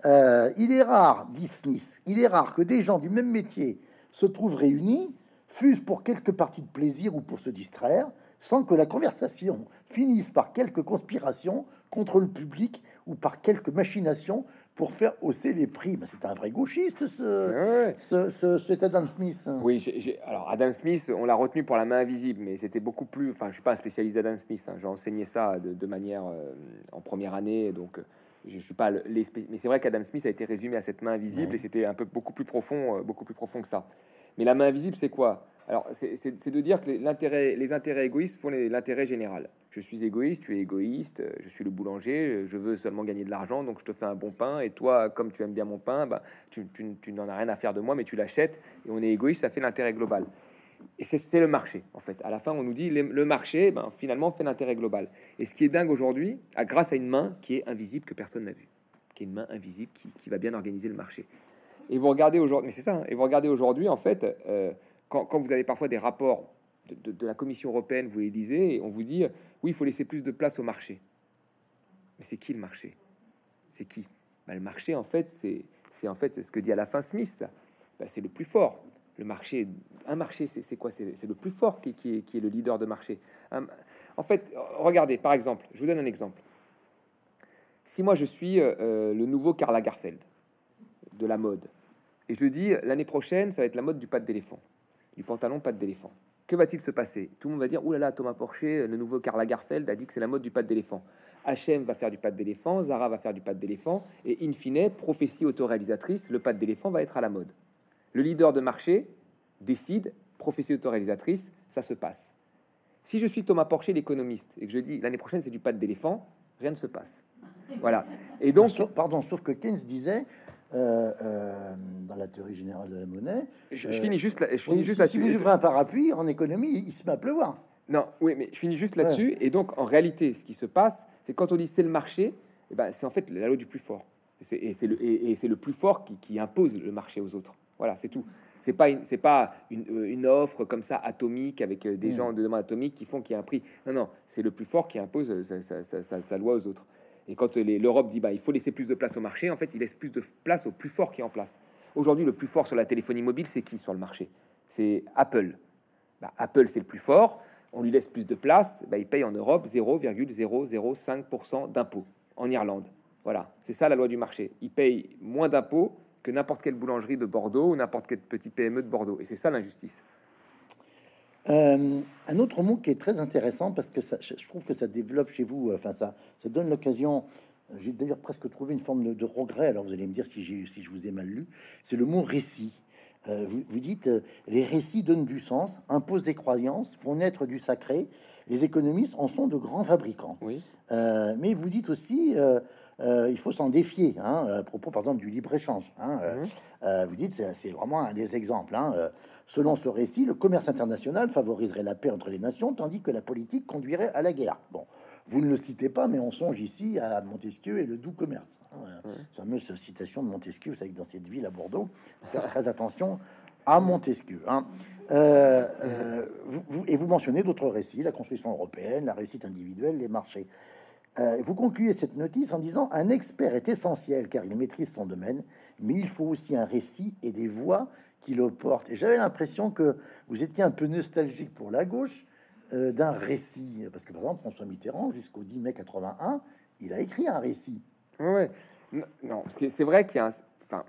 Euh, il est rare, dit Smith, il est rare que des gens du même métier se trouvent réunis, fût-ce pour quelques parties de plaisir ou pour se distraire, sans que la conversation finisse par quelque conspiration contre le public ou par quelque machination pour faire hausser les prix. Mais c'est un vrai gauchiste, ce, Ouais, ouais. ce, ce- cet Adam Smith. Oui, j'ai, j'ai- alors Adam Smith, on l'a retenu pour la main invisible, mais c'était beaucoup plus. Enfin, je suis pas un spécialiste d'Adam Smith. Hein, j'ai enseigné ça de, de manière euh, en première année, donc euh, je suis pas le- les spé- Mais c'est vrai qu'Adam Smith a été résumé à cette main invisible Ouais. et c'était un peu beaucoup plus profond, euh, beaucoup plus profond que ça. Mais la main invisible, c'est quoi? Alors, c'est c'est- c'est de dire que les- l'intérêt, les intérêts égoïstes font les- l'intérêt général. Je suis égoïste, tu es égoïste, euh, je suis le boulanger, je veux seulement gagner de l'argent, donc je te fais un bon pain, et toi, comme tu aimes bien mon pain, bah, tu, tu- tu n'en as rien à faire de moi, mais tu l'achètes, et on est égoïste, ça fait l'intérêt global. Et c'est c'est le marché, en fait. À la fin, on nous dit, les- le marché, ben, finalement, fait l'intérêt global. Et ce qui est dingue aujourd'hui, à- grâce à une main qui est invisible, que personne n'a vue, qui est une main invisible qui, qui va bien organiser le marché. Et vous regardez aujourd'hui, mais c'est ça, hein, et vous regardez aujourd'hui, en fait, euh, quand, quand vous avez parfois des rapports de, de- de la Commission européenne, vous les lisez, et on vous dit, oui, il faut laisser plus de place au marché. Mais c'est qui le marché? C'est qui? Bah, le marché, en fait, c'est c'est en fait ce que dit à la fin Smith. ça. Bah, c'est le plus fort. Le marché, un marché, c'est c'est quoi? C'est c'est le plus fort qui, qui est, qui est le leader de marché. Un- en fait, regardez, par exemple, je vous donne un exemple. Si moi je suis euh, euh, le nouveau Karl Lagerfeld de la mode, et je dis l'année prochaine, ça va être la mode du pas d'éléphant, du pantalon pas d'éléphant. Que va-t-il se passer? Tout le monde va dire, ouh là là, Thomas Porcher, le nouveau Karl Lagerfeld, a dit que c'est la mode du pas d'éléphant. H et M va faire du pas d'éléphant, Zara va faire du pas d'éléphant, et in fine, prophétie autoréalisatrice, le pas d'éléphant va être à la mode. Le leader de marché décide, prophétie autoréalisatrice, ça se passe. Si je suis Thomas Porcher, l'économiste, et que je dis l'année prochaine c'est du pas d'éléphant, rien ne se passe. Voilà. Et donc, Sauf- pardon, sauf que Keynes disait, euh, euh, dans la théorie générale de la monnaie, je, euh, je finis juste, là, je finis oui, juste si, si là-dessus. vous ouvrez un parapluie en économie, il se met à pleuvoir. Non, oui, mais je finis juste là-dessus. Et donc, en réalité, ce qui se passe, c'est quand on dit c'est le marché, eh ben, c'est en fait la loi du plus fort. C'est- Et c'est le, et, et c'est le plus fort qui, qui impose le marché aux autres. Voilà, c'est tout. C'est pas une, c'est pas une, euh, une offre comme ça atomique avec euh, des Mm. gens de demande atomique qui font qu'il y a un prix. Non, non, c'est le plus fort qui impose euh, sa, sa- sa- sa- sa loi aux autres. Et quand euh, les- l'Europe dit bah il faut laisser plus de place au marché, en fait, il laisse plus de place au plus fort qui est en place. Aujourd'hui, le plus fort sur la téléphonie mobile, c'est qui sur le marché? C'est Apple. Bah, Apple, c'est le plus fort. On lui laisse plus de place. Bah, il paye en Europe zéro virgule zéro zéro cinq pour cent d'impôts en Irlande. Voilà, c'est ça la loi du marché. Il paye moins d'impôts que n'importe quelle boulangerie de Bordeaux ou n'importe quel petit P M E de Bordeaux. Et c'est ça l'injustice. Euh, un autre mot qui est très intéressant parce que ça, je je trouve que ça développe chez vous, enfin ça, ça donne l'occasion. J'ai d'ailleurs presque trouvé une forme de, de regret. Alors vous allez me dire si j'ai, si je vous ai mal lu. C'est le mot récit. Euh, vous, vous dites euh, les récits donnent du sens, imposent des croyances, font naître du sacré. Les économistes en sont de grands fabricants. Oui. Euh, mais vous dites aussi, euh, euh, il faut s'en défier, hein, à propos par exemple du libre-échange. Hein, euh, Mhm. euh, vous dites, c'est c'est vraiment un des exemples. Hein, euh, selon ce récit, le commerce international favoriserait la paix entre les nations, tandis que la politique conduirait à la guerre. Bon, vous ne le citez pas, mais on songe ici à Montesquieu et le doux commerce. Hein, Mhm. fameuse citation de Montesquieu, vous savez que dans cette ville à Bordeaux, faut faire très attention à Montesquieu. Hein. Euh, euh, vous, vous- et vous mentionnez d'autres récits, la construction européenne, la réussite individuelle, les marchés. Euh, vous concluez cette notice en disant un expert est essentiel car il maîtrise son domaine, mais il faut aussi un récit et des voix qui le portent. Et j'avais l'impression que vous étiez un peu nostalgique pour la gauche euh, d'un récit, parce que par exemple François Mitterrand jusqu'au dix mai quatre-vingt-un, il a écrit un récit. Ouais, ouais. Non, non, parce que c'est vrai qu'il y a un, enfin,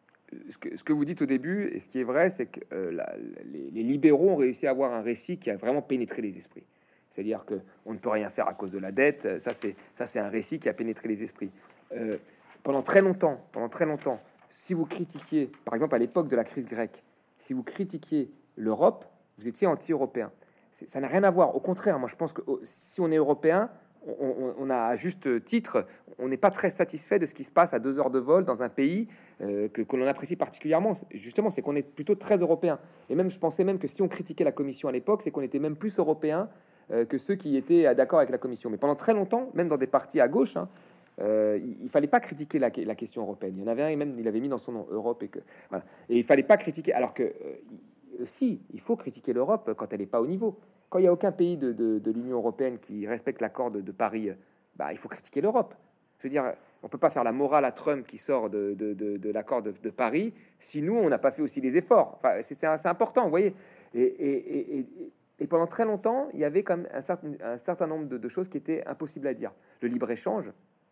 ce que, ce que vous dites au début, et ce qui est vrai, c'est que euh, la- les, les libéraux ont réussi à avoir un récit qui a vraiment pénétré les esprits. C'est-à-dire que on ne peut rien faire à cause de la dette. Ça, c'est ça, c'est un récit qui a pénétré les esprits. Euh, pendant très longtemps, pendant très longtemps, si vous critiquiez, par exemple à l'époque de la crise grecque, si vous critiquiez l'Europe, vous étiez anti-européen. C'est- Ça n'a rien à voir. Au contraire, moi, je pense que oh, si on est européen, on, on- on a à juste titre, on n'est pas très satisfait de ce qui se passe à deux heures de vol dans un pays euh, que, que l'on apprécie particulièrement. C'est- Justement, c'est qu'on est plutôt très européen. Et même, je pensais même que si on critiquait la Commission à l'époque, c'est qu'on était même plus européen euh, que ceux qui étaient euh, d'accord avec la Commission. Mais pendant très longtemps, même dans des partis à gauche, hein, euh, il, il fallait pas critiquer la, la question européenne. Il y en avait un, et même il avait mis dans son nom Europe et que voilà. Et il fallait pas critiquer. Alors que euh, il- si, il faut critiquer l'Europe quand elle n'est pas au niveau. Quand il n'y a aucun pays de, de- de l'Union européenne qui respecte l'accord de, de Paris, euh, bah, il faut critiquer l'Europe. Je veux dire, on peut pas faire la morale à Trump qui sort de, de, de, de l'accord de, de Paris si nous, on n'a pas fait aussi les efforts. Enfin, c'est c'est important, vous voyez. Et, et, et, et pendant très longtemps, il y avait comme un certain, un certain nombre de, de choses qui étaient impossibles à dire. Le libre-échange,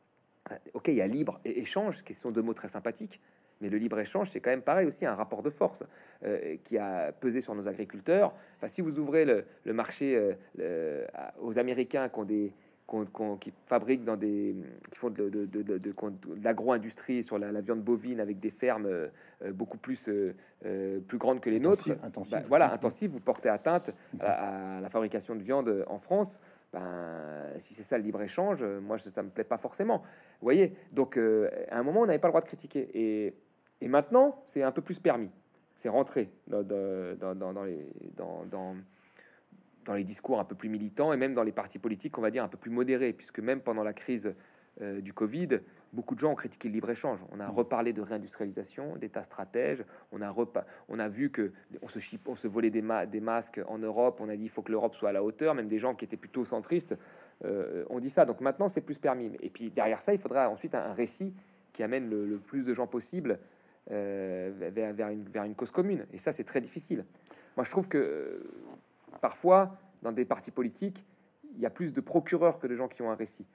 ok, il y a libre et échange, qui sont deux mots très sympathiques, mais le libre-échange, c'est quand même pareil aussi un rapport de force euh, qui a pesé sur nos agriculteurs. Enfin, si vous ouvrez le, le marché euh, le, aux Américains qui ont des qu'on, qu'on, qui fabriquent dans des qui font de, de, de, de, de, de l'agro-industrie sur la, la viande bovine avec des fermes euh, beaucoup plus euh, euh, plus grandes que les Intensive, nôtres, intensive. bah, voilà, intensif, vous portez atteinte à, à la fabrication de viande en France. Ben, si c'est ça le libre-échange, moi ça me plaît pas forcément. Vous voyez, donc euh, à un moment on n'avait pas le droit de critiquer, et, et maintenant c'est un peu plus permis, c'est rentré dans, dans, dans, dans les dans, dans dans les discours un peu plus militants et même dans les partis politiques, on va dire, un peu plus modérés, puisque même pendant la crise euh, du Covid, beaucoup de gens ont critiqué le libre-échange. On a reparlé de réindustrialisation, d'État stratège, on a, repa on a vu que on se, chip on se volait des, ma des masques en Europe, on a dit il faut que l'Europe soit à la hauteur, même des gens qui étaient plutôt centristes euh, ont dit ça. Donc maintenant, c'est plus permis. Et puis derrière ça, il faudra ensuite un, un récit qui amène le, le plus de gens possible euh, vers, vers, une, vers une cause commune. Et ça, c'est très difficile. Moi, je trouve que... Euh, parfois, dans des partis politiques, il y a plus de procureurs que de gens qui ont un récit.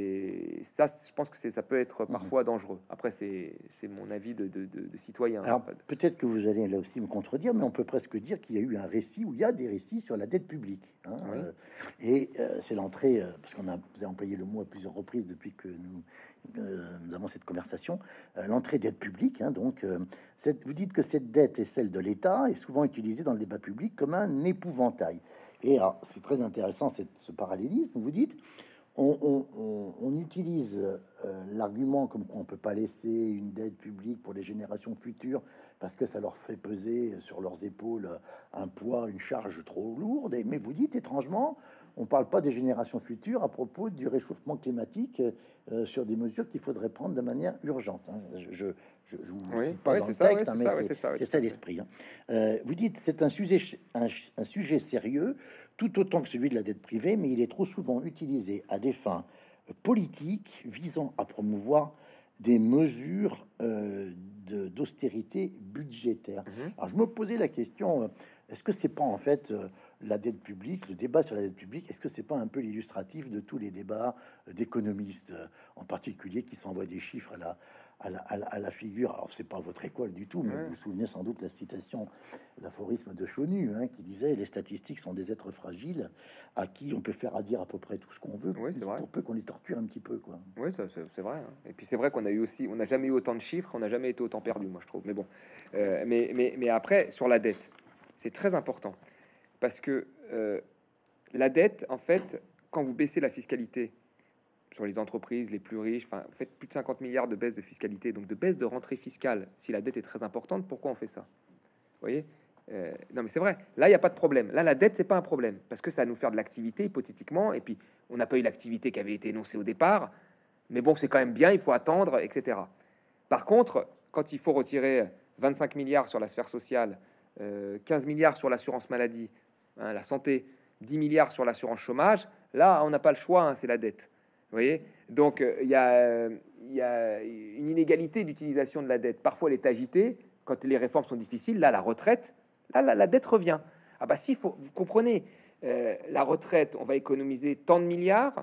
Et ça, je pense que ça peut être parfois dangereux. Après, c'est mon avis de, de, de, de citoyen. Alors, peut-être que vous allez là aussi me contredire, mais on peut presque dire qu'il y a eu un récit, ou il y a des récits sur la dette publique. Hein, oui. euh, et euh, c'est l'entrée, euh, parce qu'on a, vous avez employé le mot à plusieurs reprises depuis que nous, euh, nous avons cette conversation, euh, l'entrée dette publique. Hein, donc, euh, cette, vous dites que cette dette est celle de l'État, est souvent utilisée dans le débat public comme un épouvantail. Et c'est très intéressant cette, ce parallélisme. Vous dites... On, on, on, on utilise euh, l'argument comme qu'on ne peut pas laisser une dette publique pour les générations futures parce que ça leur fait peser sur leurs épaules un poids, une charge trop lourde. Et, mais vous dites étrangement, on ne parle pas des générations futures à propos du réchauffement climatique euh, sur des mesures qu'il faudrait prendre de manière urgente. Hein. Je, je, je, je vous oui, cite pas oui, dans le ça, texte, oui, hein, mais c'est ça, oui, ça l'esprit. Hein. Euh, vous dites c'est un sujet, un, un sujet sérieux, tout autant que celui de la dette privée, mais il est trop souvent utilisé à des fins politiques visant à promouvoir des mesures euh, d'austérité budgétaire. Mmh. Alors je me posais la question, euh, est-ce que c'est pas en fait euh, la dette publique, le débat sur la dette publique, est-ce que c'est pas un peu l'illustratif de tous les débats euh, d'économistes, euh, en particulier qui s'envoient des chiffres à la, à la, à la, à la figure. Alors c'est pas votre école du tout, mais mmh. vous vous souvenez sans doute la citation, l'aphorisme de Chonu, hein, qui disait les statistiques sont des êtres fragiles à qui on peut faire à dire à peu près tout ce qu'on veut, oui, c'est vrai. Pour peu qu'on les torture un petit peu, quoi. Oui, ça c'est vrai. Hein. Et puis c'est vrai qu'on a eu aussi, on n'a jamais eu autant de chiffres, on n'a jamais été autant perdu, moi je trouve. Mais bon, euh, mais, mais, mais après sur la dette, c'est très important parce que euh, la dette, en fait, quand vous baissez la fiscalité sur les entreprises les plus riches, enfin, vous faites plus de cinquante milliards de baisse de fiscalité, donc de baisse de rentrée fiscale. Si la dette est très importante, pourquoi on fait ça? Vous voyez? Euh, non, mais c'est vrai. Là, il n'y a pas de problème. Là, la dette, c'est pas un problème parce que ça va nous faire de l'activité hypothétiquement. Et puis, on n'a pas eu l'activité qui avait été énoncée au départ. Mais bon, c'est quand même bien. Il faut attendre, et cetera. Par contre, quand il faut retirer vingt-cinq milliards sur la sphère sociale, euh, quinze milliards sur l'assurance maladie, hein, la santé, dix milliards sur l'assurance chômage, là, on n'a pas le choix. Hein, c'est la dette. Vous voyez? Donc, il euh, y, euh, y a une inégalité d'utilisation de la dette. Parfois, elle est agitée quand les réformes sont difficiles. Là, la retraite. Là, la, la dette revient. Ah bah si, faut, vous comprenez, euh, la retraite, on va économiser tant de milliards,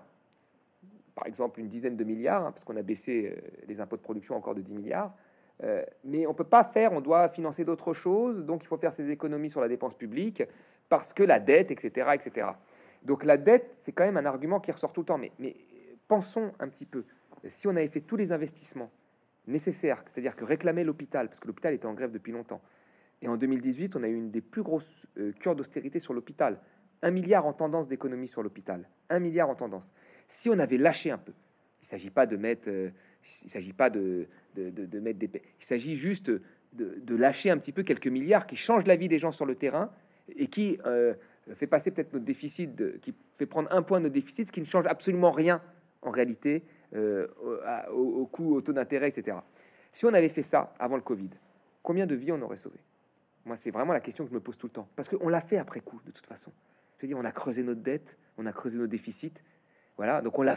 par exemple une dizaine de milliards, hein, parce qu'on a baissé euh, les impôts de production encore de dix milliards, euh, mais on peut pas faire, on doit financer d'autres choses, donc il faut faire ces économies sur la dépense publique, parce que la dette, et cetera, et cetera. Donc la dette, c'est quand même un argument qui ressort tout le temps, mais, mais pensons un petit peu, si on avait fait tous les investissements nécessaires, c'est-à-dire que réclamer l'hôpital, parce que l'hôpital était en grève depuis longtemps, et en deux mille dix-huit, on a eu une des plus grosses euh, cures d'austérité sur l'hôpital. Un milliard en tendance d'économie sur l'hôpital. Un milliard en tendance. Si on avait lâché un peu, il ne s'agit pas de mettre, euh, il s'agit pas de, de, de, de mettre des, il s'agit juste de, de lâcher un petit peu quelques milliards qui changent la vie des gens sur le terrain et qui euh, fait passer peut-être notre déficit, de, qui fait prendre un point de notre déficit, ce qui ne change absolument rien en réalité euh, au, au, au coût, au taux d'intérêt, et cetera. Si on avait fait ça avant le Covid, combien de vies on aurait sauvé? Moi, c'est vraiment la question que je me pose tout le temps. Parce qu'on l'a fait après coup, de toute façon. Je veux dire, on a creusé notre dette, on a creusé nos déficits. Voilà, donc on l'a fait.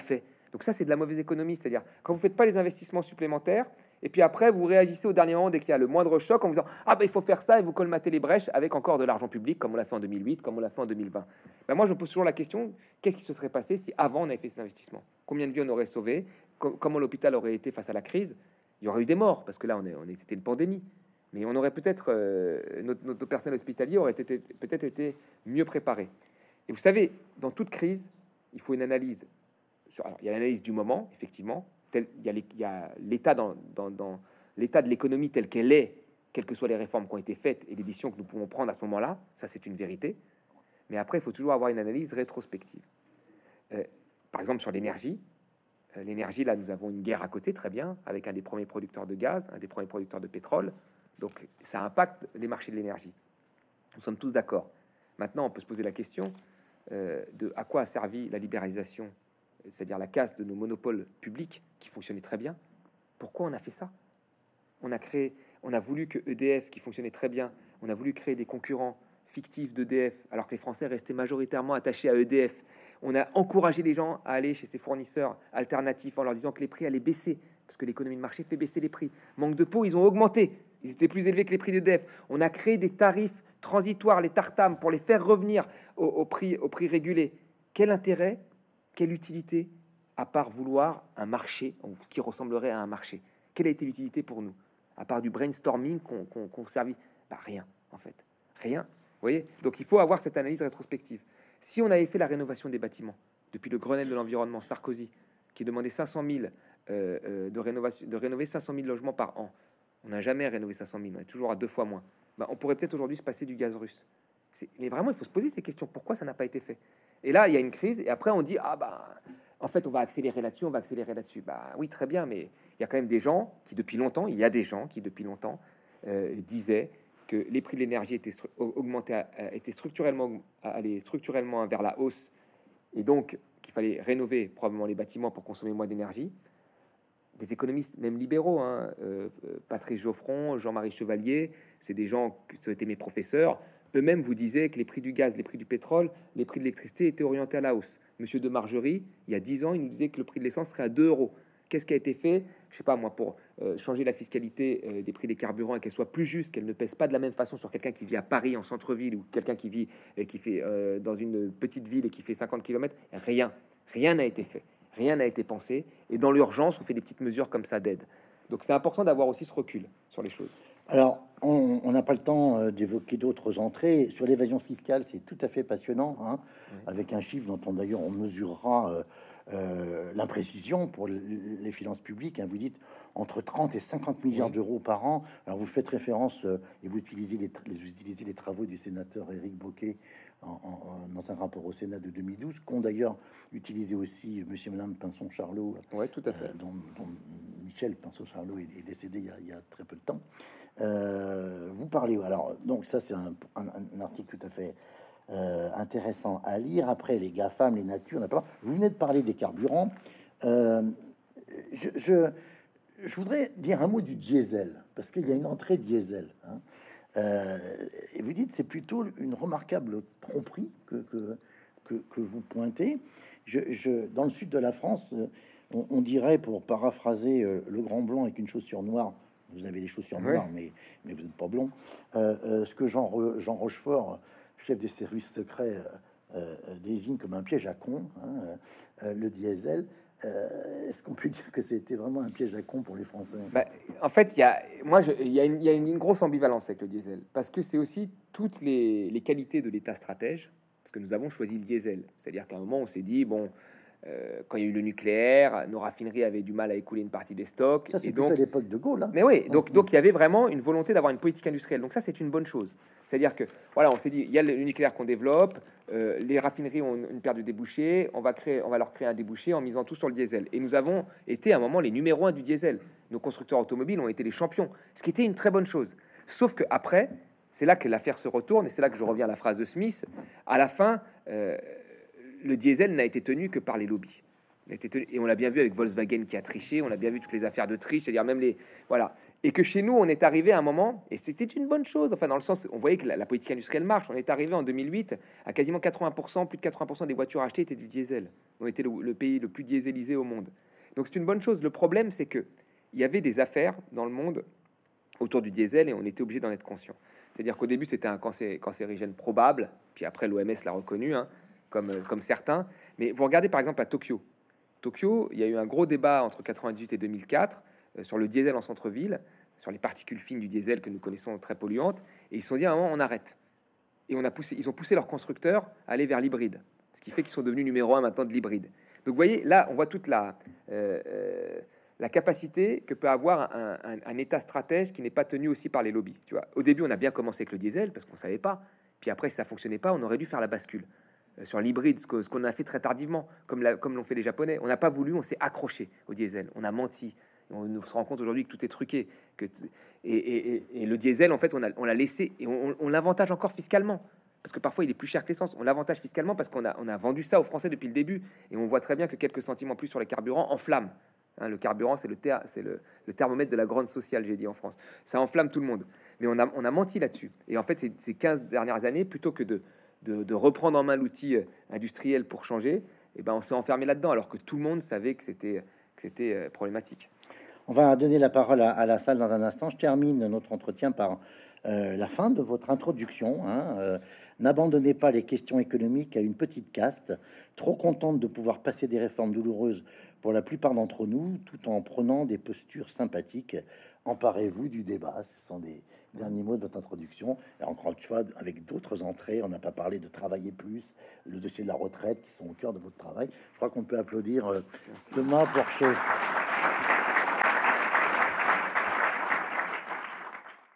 Donc ça, c'est de la mauvaise économie. C'est-à-dire, quand vous faites pas les investissements supplémentaires, et puis après, vous réagissez au dernier moment dès qu'il y a le moindre choc en vous disant « Ah ben, il faut faire ça » et vous colmatez les brèches avec encore de l'argent public, comme on l'a fait en deux mille huit, comme on l'a fait en deux mille vingt. Ben moi, je me pose toujours la question, qu'est-ce qui se serait passé si avant, on avait fait ces investissements? Combien de vies on aurait sauvé? Com- Comment l'hôpital aurait été face à la crise? Il y aurait eu des morts, parce que là, on est, on est, c'était une pandémie. Mais on aurait peut-être, euh, notre, notre personnel hospitalier aurait été, peut-être été mieux préparé. Et vous savez, dans toute crise, il faut une analyse. Sur, alors, il y a l'analyse du moment, effectivement. Tel, il y a les- il y a l'état dans, dans, dans l'état de l'économie tel qu'elle est, quelles que soient les réformes qui ont été faites et les décisions que nous pouvons prendre à ce moment-là. Ça, c'est une vérité. Mais après, il faut toujours avoir une analyse rétrospective. Euh, par exemple, sur l'énergie. Euh, l'énergie, là, nous avons une guerre à côté, très bien, avec un des premiers producteurs de gaz, un des premiers producteurs de pétrole. Donc, ça impacte les marchés de l'énergie. Nous sommes tous d'accord. Maintenant, on peut se poser la question euh, de à quoi a servi la libéralisation, c'est-à-dire la casse de nos monopoles publics qui fonctionnaient très bien. Pourquoi on a fait ça? On a créé, on a voulu que E D F, qui fonctionnait très bien, on a voulu créer des concurrents fictifs d'E D F, alors que les Français restaient majoritairement attachés à E D F. On a encouragé les gens à aller chez ces fournisseurs alternatifs en leur disant que les prix allaient baisser, parce que l'économie de marché fait baisser les prix. Manque de peau, ils ont augmenté. Ils étaient plus élevés que les prix d'E D F. On a créé des tarifs transitoires, les tartames, pour les faire revenir au, au prix, au prix régulé. Quel intérêt, quelle utilité, à part vouloir un marché, ce qui ressemblerait à un marché? Quelle a été l'utilité pour nous? À part du brainstorming qu'on qu'on, qu'on servit? Bah rien, en fait. Rien. Vous voyez? Donc il faut avoir cette analyse rétrospective. Si on avait fait la rénovation des bâtiments, depuis le Grenelle de l'environnement Sarkozy, qui demandait cinq cent mille euh, euh, de, rénovation, de rénover cinq cent mille logements par an, on n'a jamais rénové cinq cent mille, on est toujours à deux fois moins. Bah, on pourrait peut-être aujourd'hui se passer du gaz russe. C'est- Mais vraiment, il faut se poser ces questions. Pourquoi ça n'a pas été fait? Et là, il y a une crise, et après on dit, ah bah, en fait, on va accélérer là-dessus, on va accélérer là-dessus. Bah oui, très bien, mais il y a quand même des gens qui, depuis longtemps, il y a des gens qui, depuis longtemps, euh, disaient que les prix de l'énergie étaient stru- augmentés, à- à- étaient structurellement, allaient structurellement vers la hausse, et donc qu'il fallait rénover probablement les bâtiments pour consommer moins d'énergie. Des économistes, même libéraux, hein, euh, euh, Patrice Geoffron, Jean-Marie Chevalier, c'est des gens qui ont été mes professeurs. Eux-mêmes vous disaient que les prix du gaz, les prix du pétrole, les prix de l'électricité étaient orientés à la hausse. Monsieur de Margerie, il y a dix ans, il nous disait que le prix de l'essence serait à deux euros. Qu'est-ce qui a été fait? Je sais pas moi, pour euh, changer la fiscalité euh, des prix des carburants et qu'elle soit plus juste, qu'elle ne pèse pas de la même façon sur quelqu'un qui vit à Paris en centre-ville ou quelqu'un qui vit et qui fait euh, dans une petite ville et qui fait cinquante kilomètres. Rien, rien n'a été fait. Rien n'a été pensé, et dans l'urgence, on fait des petites mesures comme ça d'aide. Donc c'est important d'avoir aussi ce recul sur les choses. Alors, on on n'a pas le temps euh, d'évoquer d'autres entrées. Sur l'évasion fiscale, c'est tout à fait passionnant, hein, Oui. avec un chiffre dont on d'ailleurs on mesurera euh, euh, l'imprécision pour l- les finances publiques. Hein. Vous dites entre trente et cinquante milliards Oui. d'euros par an. Alors vous faites référence euh, et vous utilisez les, tra- les, utilisez les travaux du sénateur Éric Bocquet en, en- en- dans un rapport au Sénat de deux mille douze, qu'ont d'ailleurs utilisé aussi Monsieur et Madame Pinson-Charlot, Ouais, tout à euh, fait. dont, dont Michel Pinson-Charlot est, est décédé il y, a, il y a très peu de temps. Euh, vous parlez, alors, donc ça c'est un, un- un article tout à fait euh, intéressant à lire. Après, les GAFAM, les natures, on a pas. Vous venez de parler des carburants. Euh, je, je, je voudrais dire un mot du diesel, parce qu'il y a une entrée diesel. Hein. Euh, et vous dites c'est plutôt une remarquable tromperie que, que, que, que vous pointez. Je, je, dans le sud de la France, euh, on, on dirait, pour paraphraser euh, le grand blanc avec une chaussure noire, vous avez les chaussures Oui. noires, mais, mais vous n'êtes pas blond, euh, euh, ce que Jean, Ro- Jean Rochefort, chef des services secrets, euh, euh, désigne comme un piège à con, hein, euh, le diesel. Euh, Est-ce qu'on peut dire que c'était vraiment un piège à con pour les Français? Bah, en fait, il y a, moi, je- il y a, une, il y a une, une grosse ambivalence avec le diesel, parce que c'est aussi toutes les, les qualités de l'État stratège, parce que nous avons choisi le diesel. C'est-à-dire qu'à un moment, on s'est dit, bon, euh, quand il y a eu le nucléaire, nos raffineries avaient du mal à écouler une partie des stocks, Ça, c'est et plutôt donc à l'époque de Gaulle. Hein. mais oui, donc donc il y avait vraiment une volonté d'avoir une politique industrielle. Donc ça, c'est une bonne chose. C'est-à-dire que voilà, on s'est dit, il y a le nucléaire qu'on développe, euh, les raffineries ont une, une paire de débouchés, on va créer, on va leur créer un débouché en misant tout sur le diesel. Et nous avons été à un moment les numéros un du diesel. Nos constructeurs automobiles ont été les champions, ce qui était une très bonne chose. Sauf que après, c'est là que l'affaire se retourne, et c'est là que je reviens à la phrase de Smith. À la fin, euh, le diesel n'a été tenu que par les lobbies. Il a été tenu- et on l'a bien vu avec Volkswagen qui a triché, on a bien vu toutes les affaires de triche, c'est-à-dire même les voilà. Et que chez nous, on est arrivé à un moment, et c'était une bonne chose, enfin dans le sens, on voyait que la, la politique industrielle marche. On est arrivé en deux mille huit à quasiment quatre-vingts pour cent, plus de quatre-vingts pour cent des voitures achetées étaient du diesel. On était le, le pays le plus dieselisé au monde. Donc c'est une bonne chose. Le problème, c'est que il y avait des affaires dans le monde autour du diesel et on était obligé d'en être conscient. C'est-à-dire qu'au début, c'était un cancé cancérigène probable, puis après l'O M S l'a reconnu, hein, comme, comme certains. Mais vous regardez par exemple à Tokyo. Tokyo, il y a eu un gros débat entre quatre-vingt-dix-huit et deux mille quatre euh, sur le diesel en centre-ville, sur les particules fines du diesel que nous connaissons très polluantes, et ils se sont dit à un moment on arrête. Et on a poussé, ils ont poussé leurs constructeurs à aller vers l'hybride, ce qui fait qu'ils sont devenus numéro un maintenant de l'hybride. Donc vous voyez, là on voit toute la, euh, euh, la capacité que peut avoir un, un, un État stratège qui n'est pas tenu aussi par les lobbies. Tu vois, au début on a bien commencé avec le diesel parce qu'on savait pas, puis après si ça fonctionnait pas, on aurait dû faire la bascule euh, sur l'hybride, ce, que, ce qu'on a fait très tardivement, comme, la, comme l'ont fait les Japonais. On n'a pas voulu, on s'est accroché au diesel, on a menti. On se rend compte aujourd'hui que tout est truqué, que t- et, et, et, et le diesel, en fait, on, a, on l'a laissé et on, on l'avantage encore fiscalement, parce que parfois il est plus cher que l'essence. On l'avantage fiscalement parce qu'on a, on a vendu ça aux Français depuis le début, et on voit très bien que quelques centimes en plus sur les carburants enflamment. Hein, le carburant, c'est le, ter- c'est le, le thermomètre de la grande sociale, j'ai dit en France. Ça enflamme tout le monde. Mais on a, on a menti là-dessus. Et en fait, ces, ces quinze dernières années, plutôt que de, de, de reprendre en main l'outil industriel pour changer, eh ben, on s'est enfermé là-dedans, alors que tout le monde savait que c'était, que c'était euh, problématique. On va donner la parole à, à la salle dans un instant. Je termine notre entretien par euh, la fin de votre introduction. Hein. Euh, n'abandonnez pas les questions économiques à une petite caste, trop contente de pouvoir passer des réformes douloureuses pour la plupart d'entre nous, tout en prenant des postures sympathiques. Emparez-vous du débat. Ce sont des derniers mots de votre introduction. Et encore une fois, avec d'autres entrées, on n'a pas parlé de travailler plus, le dossier de la retraite, qui sont au cœur de votre travail. Je crois qu'on peut applaudir euh, Thomas Porcher.